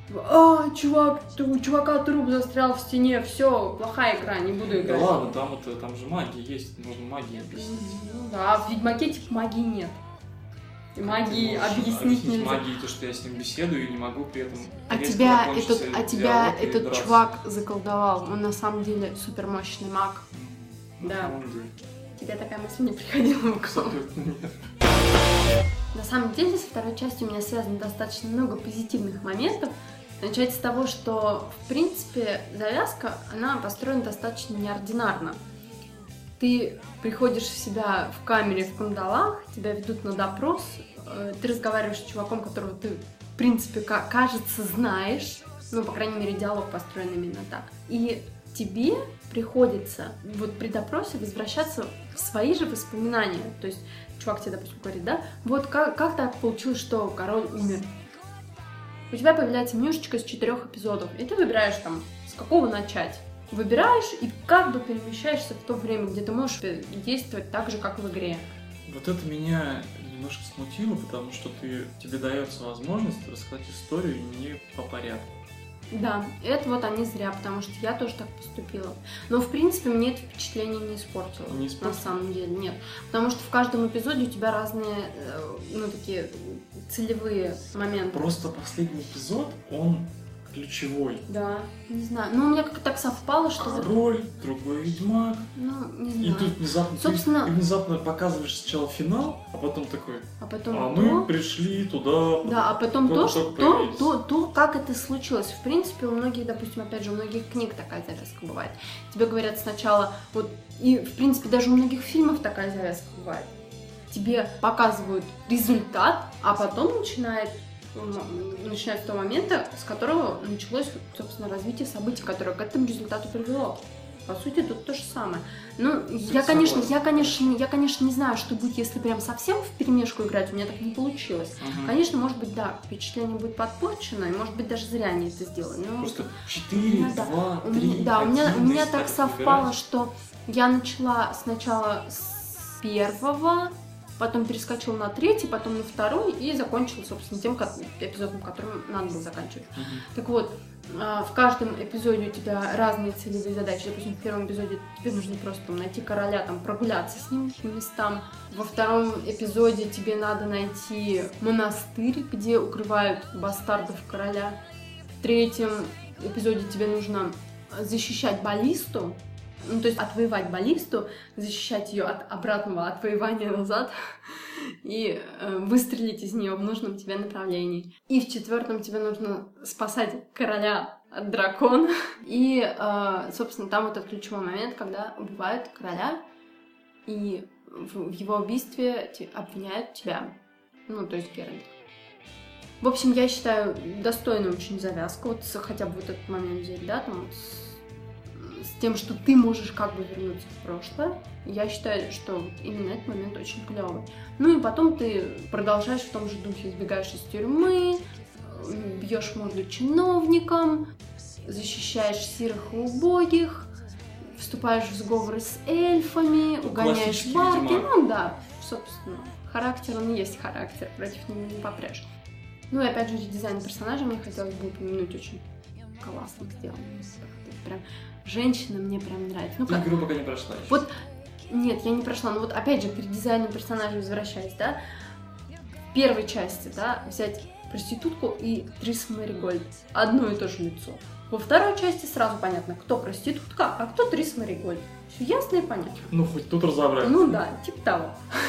Чувак, у чувака труп застрял в стене, все, плохая игра, не буду играть. Да ладно, там же магия есть, можно магией объяснить. Ну да, а в Ведьмаке типа магии нет. И магии объяснить нельзя. Магии, то, что я с ним беседую и не могу при этом... А тебя этот чувак заколдовал, он на самом деле супермощный маг. Да. Тебе такая мысль не приходила в голову? Абсолютно нет. На самом деле, со второй частью у меня связано достаточно много позитивных моментов. Начать с того, что, в принципе, завязка, она построена достаточно неординарно. Ты приходишь в себя в камере в кандалах, тебя ведут на допрос, ты разговариваешь с чуваком, которого ты, в принципе, кажется, знаешь, ну, по крайней мере, диалог построен именно так. И тебе приходится вот при допросе возвращаться в свои же воспоминания. То есть чувак тебе, допустим, говорит, да, вот как так получилось, что король умер. У тебя появляется менюшечка из 4 эпизодов, и ты выбираешь там, с какого начать. Выбираешь и как бы перемещаешься в то время, где ты можешь действовать так же, как в игре. Вот это меня немножко смутило, потому что тебе дается возможность рассказать историю не по порядку. Да, это вот они зря, потому что я тоже так поступила. Но, в принципе, мне это впечатление не испортило. Не испортило? На самом деле, нет. Потому что в каждом эпизоде у тебя разные, такие целевые моменты. Просто последний эпизод, он ключевой. Да, не знаю. Ну, у меня как-то так совпало, что... Король, другой ведьмак. Ну, не знаю. И тут внезапно, собственно... ты внезапно показываешь сначала финал, а потом такой, потом мы пришли туда. Да, а потом то, как это случилось. В принципе, у многих, допустим, опять же, у многих книг такая завязка бывает. Тебе говорят сначала, и, в принципе, даже у многих фильмов такая завязка бывает. Тебе показывают результат, а потом начинается с того момента, с которого началось, собственно, развитие событий, которое к этому результату привело. По сути, тут то же самое. Ну, я, конечно, не знаю, что будет, если прям совсем вперемешку играть, у меня так не получилось. Конечно, может быть, да, впечатление будет подпорчено, и, может быть, даже зря они это сделали. Но... Просто 4, 2, 3, Да, 1, у меня так совпало, что я начала сначала с первого, потом перескочила на третий, потом на второй и закончила, собственно, тем эпизодом, которым надо было заканчивать. Так вот, в каждом эпизоде у тебя разные целевые задачи. Допустим, в первом эпизоде тебе нужно просто найти короля, прогуляться с ним по местам. Во втором эпизоде тебе надо найти монастырь, где укрывают бастардов короля. В третьем эпизоде тебе нужно защищать баллисту. Ну, то есть отвоевать баллисту, защищать ее от обратного отвоевания назад и выстрелить из нее в нужном тебе направлении. И в четвертом тебе нужно спасать короля от дракона. И, собственно, там вот этот ключевой момент, когда убивают короля, и в его убийстве обвиняют тебя. Ну, то есть Геральт. В общем, я считаю достойную очень завязку, вот хотя бы вот этот момент взять, да, с тем, что ты можешь как бы вернуться в прошлое. Я считаю, что именно этот момент очень клевый. Ну и потом ты продолжаешь в том же духе, избегаешь из тюрьмы, бьешь морду чиновникам, защищаешь сирых и убогих, вступаешь в сговоры с эльфами, угоняешь барки. Ну да, собственно, характер, он и есть характер, против него не попрешь. Ну и опять же, дизайн персонажа мне хотелось бы упомянуть, очень классно сделан. Прям женщина мне прям нравится. Ты игру пока не прошла еще. Вот, нет, я не прошла, но вот опять же, к дизайну персонажа возвращаясь, да, в первой части, да, взять проститутку и Трис Мэригольд, одно и то же лицо. Во второй части сразу понятно, кто проститутка, а кто Трис Мэригольд. Все ясно и понятно. Ну, хоть тут разобраться. Ну да, типа того.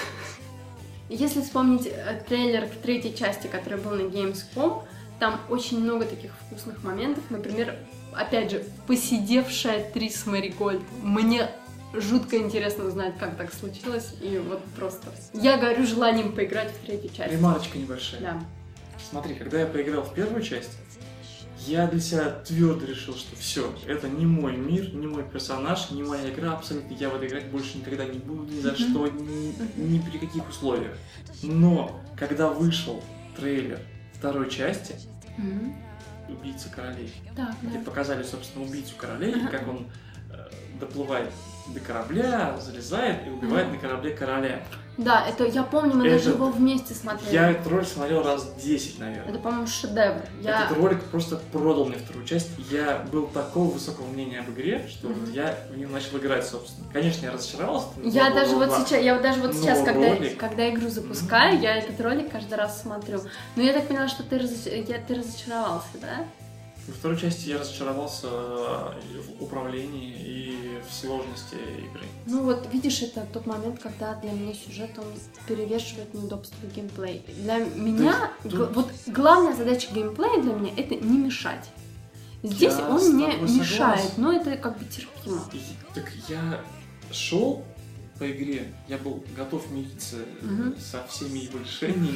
Если вспомнить трейлер к третьей части, который был на Gamescom, там очень много таких вкусных моментов. Например, опять же, посидевшая Трис Мэригольд. Мне жутко интересно узнать, как так случилось. И вот просто... Я горю желанием поиграть в третью часть. Ремарочка небольшая. Да. Смотри, когда я поиграл в первую часть, я для себя твердо решил, что все, это не мой мир, не мой персонаж, не моя игра, абсолютно я в это играть больше никогда не буду, ни за что, ни при каких условиях. Но, когда вышел трейлер второй части, «Убийца королей», где показали, собственно, убийцу королей, и как он доплывает до корабля, залезает и убивает на корабле короля. Да, это я помню, мы даже его вместе смотрели. Я этот ролик смотрел раз 10, наверное. Это, по-моему, шедевр. Этот ролик просто продал мне вторую часть. Я был такого высокого мнения об игре, что я в нее начал играть, собственно. Конечно, я разочаровался. Я даже вот сейчас, когда игру запускаю, я этот ролик каждый раз смотрю. Но я так поняла, что ты разочаровался, да? Во второй части я разочаровался в управлении и в сложности игры. Ну вот, видишь, это тот момент, когда для меня сюжет, он перевешивает неудобство геймплея. Для меня, вот главная задача геймплея для меня — это не мешать. Здесь он мне мешает, но это как бы терпимо. Так я шел по игре, я был готов мириться со всеми его решениями.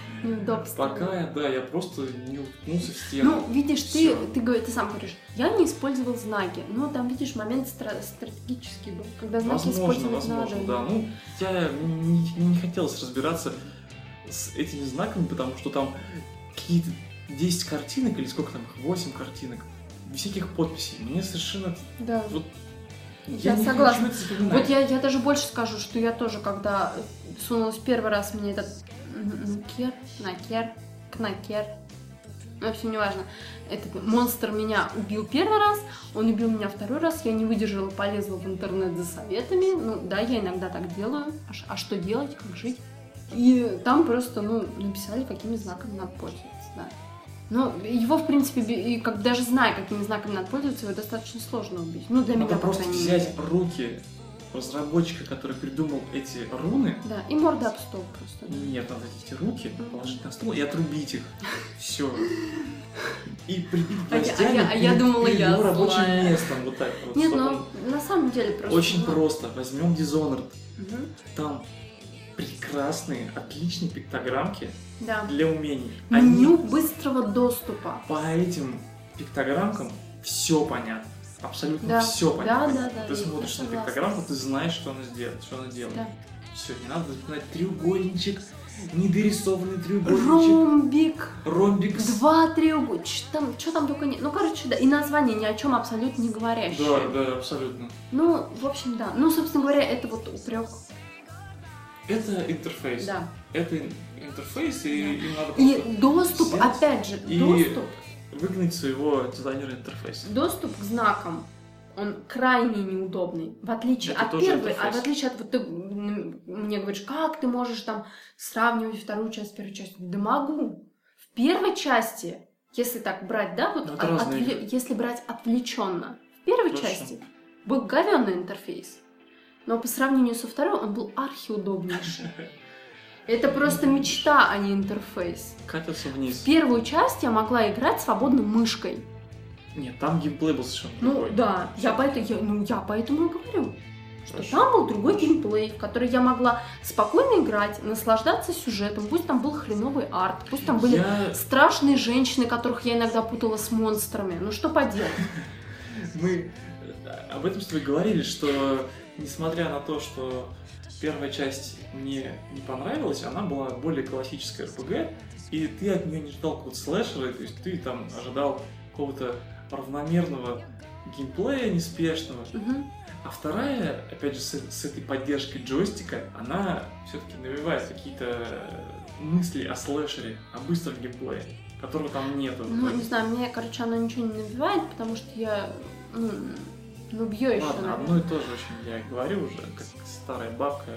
Пока я просто не уткнулся в стену. Ну, видишь, ты сам говоришь, я не использовал знаки. Ну, там, видишь, момент стратегический был, когда знаки использовать надо. Возможно, да. Ну, я не хотелось разбираться с этими знаками, потому что там какие-то 10 картинок, или сколько там их, 8 картинок, всяких подписей. Мне совершенно... Да. Вот, я согласна. Вот я даже больше скажу, что я тоже, когда сунулась первый раз, мне этот Нукер, Накер, Кнакер. В общем, неважно. Этот монстр меня убил первый раз, он убил меня второй раз, я не выдержала, полезла в интернет за советами. Ну да, я иногда так делаю. А что делать, как жить? И там просто, написали, какими знаками надо пользоваться, да. Но его, в принципе, и как даже зная, какими знаками надо пользоваться, его достаточно сложно убить. Ну, для меня, Надо просто по крайней мере. взять руки разработчика, который придумал эти руны. Да, и морда об стол просто. Нет, надо эти руки положить на стол и отрубить их. Все. И прибить гвоздями я думала, перед я его рабочим злая. местом. Вот так вот. Нет, чтобы ну, на самом деле просто... Очень просто. Возьмем Dishonored. Мгм. Там прекрасные, отличные пиктограммки Да. для умений. Меню быстрого доступа. По этим пиктограммкам все понятно. Абсолютно Да. все понятно. Да, Ты смотришь я на согласна. пиктограммку, ты знаешь, что она сделает, что она делает. Да. Все, не надо запоминать треугольничек, недорисованный треугольничек, Ромбик, ромбик. 2 треугольника, что там только нет. Ну, короче, да, и название ни о чем абсолютно не говорящее. Да, абсолютно. Ну, в общем, да. Ну, собственно говоря, это вот упрек. Это интерфейс. Да. Это интерфейс, и им надо И просто доступ, взять опять же, и доступ. выгнать своего дизайнера интерфейса. Доступ к знакам, он крайне неудобный. В отличие Это от тоже первой, интерфейс. в отличие от вот ты мне говоришь, как ты можешь там сравнивать вторую часть с первой частью? Да могу. В первой части, если так брать, да, вот Ну, это разные игры. если брать отвлеченно, в первой Точно. части был говёный интерфейс, но по сравнению со второй он был архиудобнейший. Это просто мечта, а не интерфейс. Катятся вниз. В первую часть я могла играть свободно мышкой. Нет, там геймплей был совершенно Ну другой. да, я поэтому и говорю, что Хорошо. там был другой геймплей, в который я могла спокойно играть, наслаждаться сюжетом. Пусть там был хреновый арт, пусть там были страшные женщины, которых я иногда путала с монстрами. Ну что поделать? Мы об этом с тобой говорили, что несмотря на то, что первая часть мне не понравилась, она была более классическая RPG, и ты от нее не ждал какого-то слэшера, то есть ты там ожидал какого-то равномерного геймплея, неспешного. Мгм. А вторая, опять же, с этой поддержкой джойстика, она все-таки навевает какие-то мысли о слэшере, о быстром геймплее, которого там нету. Ну, не знаю, мне, короче, оно ничего не набивает, потому что я, бью еще, Ладно, одно и то же очень я говорю уже, как старая бабка.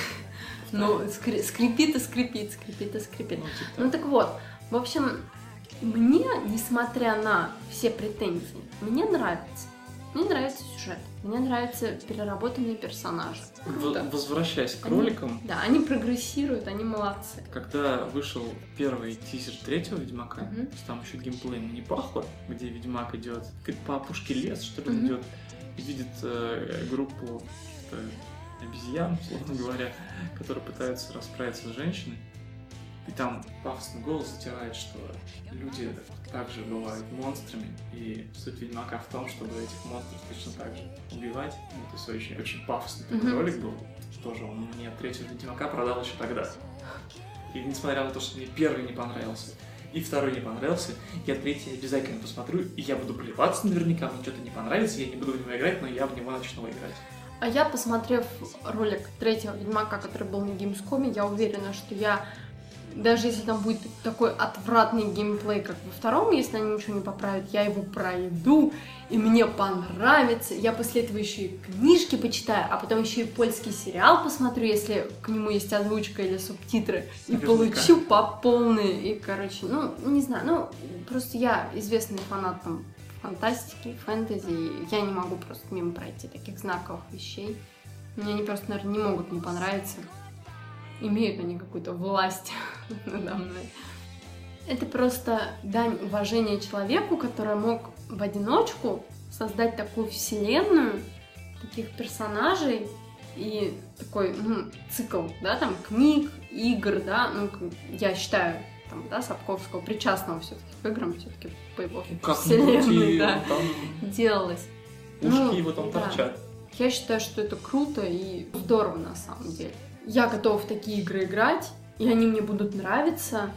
Ну, скрипит и скрипит, скрипит и скрипит. Ну, типа Ну так. так вот, в общем, мне, несмотря на все претензии, мне нравится. Мне нравится сюжет, мне нравятся переработанные персонажи. Круто. Возвращаясь к Они- роликам, Да, они прогрессируют, они молодцы. когда вышел первый тизер третьего Ведьмака, Мгм. там еще геймплеем не пахло, где Ведьмак идет, как по опушке лес, что ли, Мгм. идет, и видит группу каких-то обезьян, условно говоря, которые пытаются расправиться с женщиной. И там пафосный голос затирает, что люди также бывают монстрами, и суть Ведьмака в том, чтобы этих монстров точно так же убивать. Ну, то есть очень, очень пафосный такой Мгм. ролик был. Тоже он мне третьего Ведьмака продал еще тогда. И несмотря на то, что мне первый не понравился, и второй не понравился, я третий обязательно посмотрю, и я буду плеваться наверняка, мне что-то не понравится, я не буду в него играть, но я в него начну играть. А я, посмотрев ролик третьего Ведьмака, который был на Gamescom, я уверена, что я, даже если там будет такой отвратный геймплей, как во втором, если они ничего не поправят, я его пройду, и мне понравится. Я после этого еще и книжки почитаю, а потом еще и польский сериал посмотрю, если к нему есть озвучка или субтитры, и Наверняка. получу по полной. И, короче, не знаю, просто я известный фанат там фантастики, фэнтези, и я не могу просто мимо пройти таких знаковых вещей. Мне они просто, наверное, не могут не понравиться. Имеют они какую-то власть надо мной. Это просто дань уважения человеку, который мог в одиночку создать такую вселенную, таких персонажей и такой, цикл, да, там, книг, игр, да, я считаю, там, да, Сапковского причастного все-таки к играм, все-таки по его вселенной, да, делалось. Ушки его там да. торчат. Я считаю, что это круто и здорово на самом деле. Я готова в такие игры играть, и они мне будут нравиться.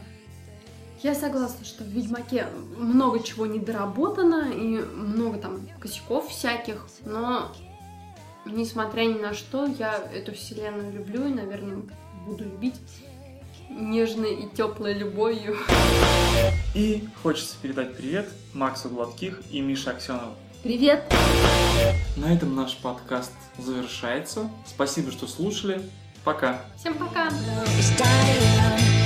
Я согласна, что в Ведьмаке много чего недоработано, и много там косяков всяких, но несмотря ни на что, я эту вселенную люблю и, наверное, буду любить нежной и теплой любовью. И хочется передать привет Максу Гладких и Мише Аксенову. Привет! На этом наш подкаст завершается. Спасибо, что слушали. Пока! Всем пока! Love is dying.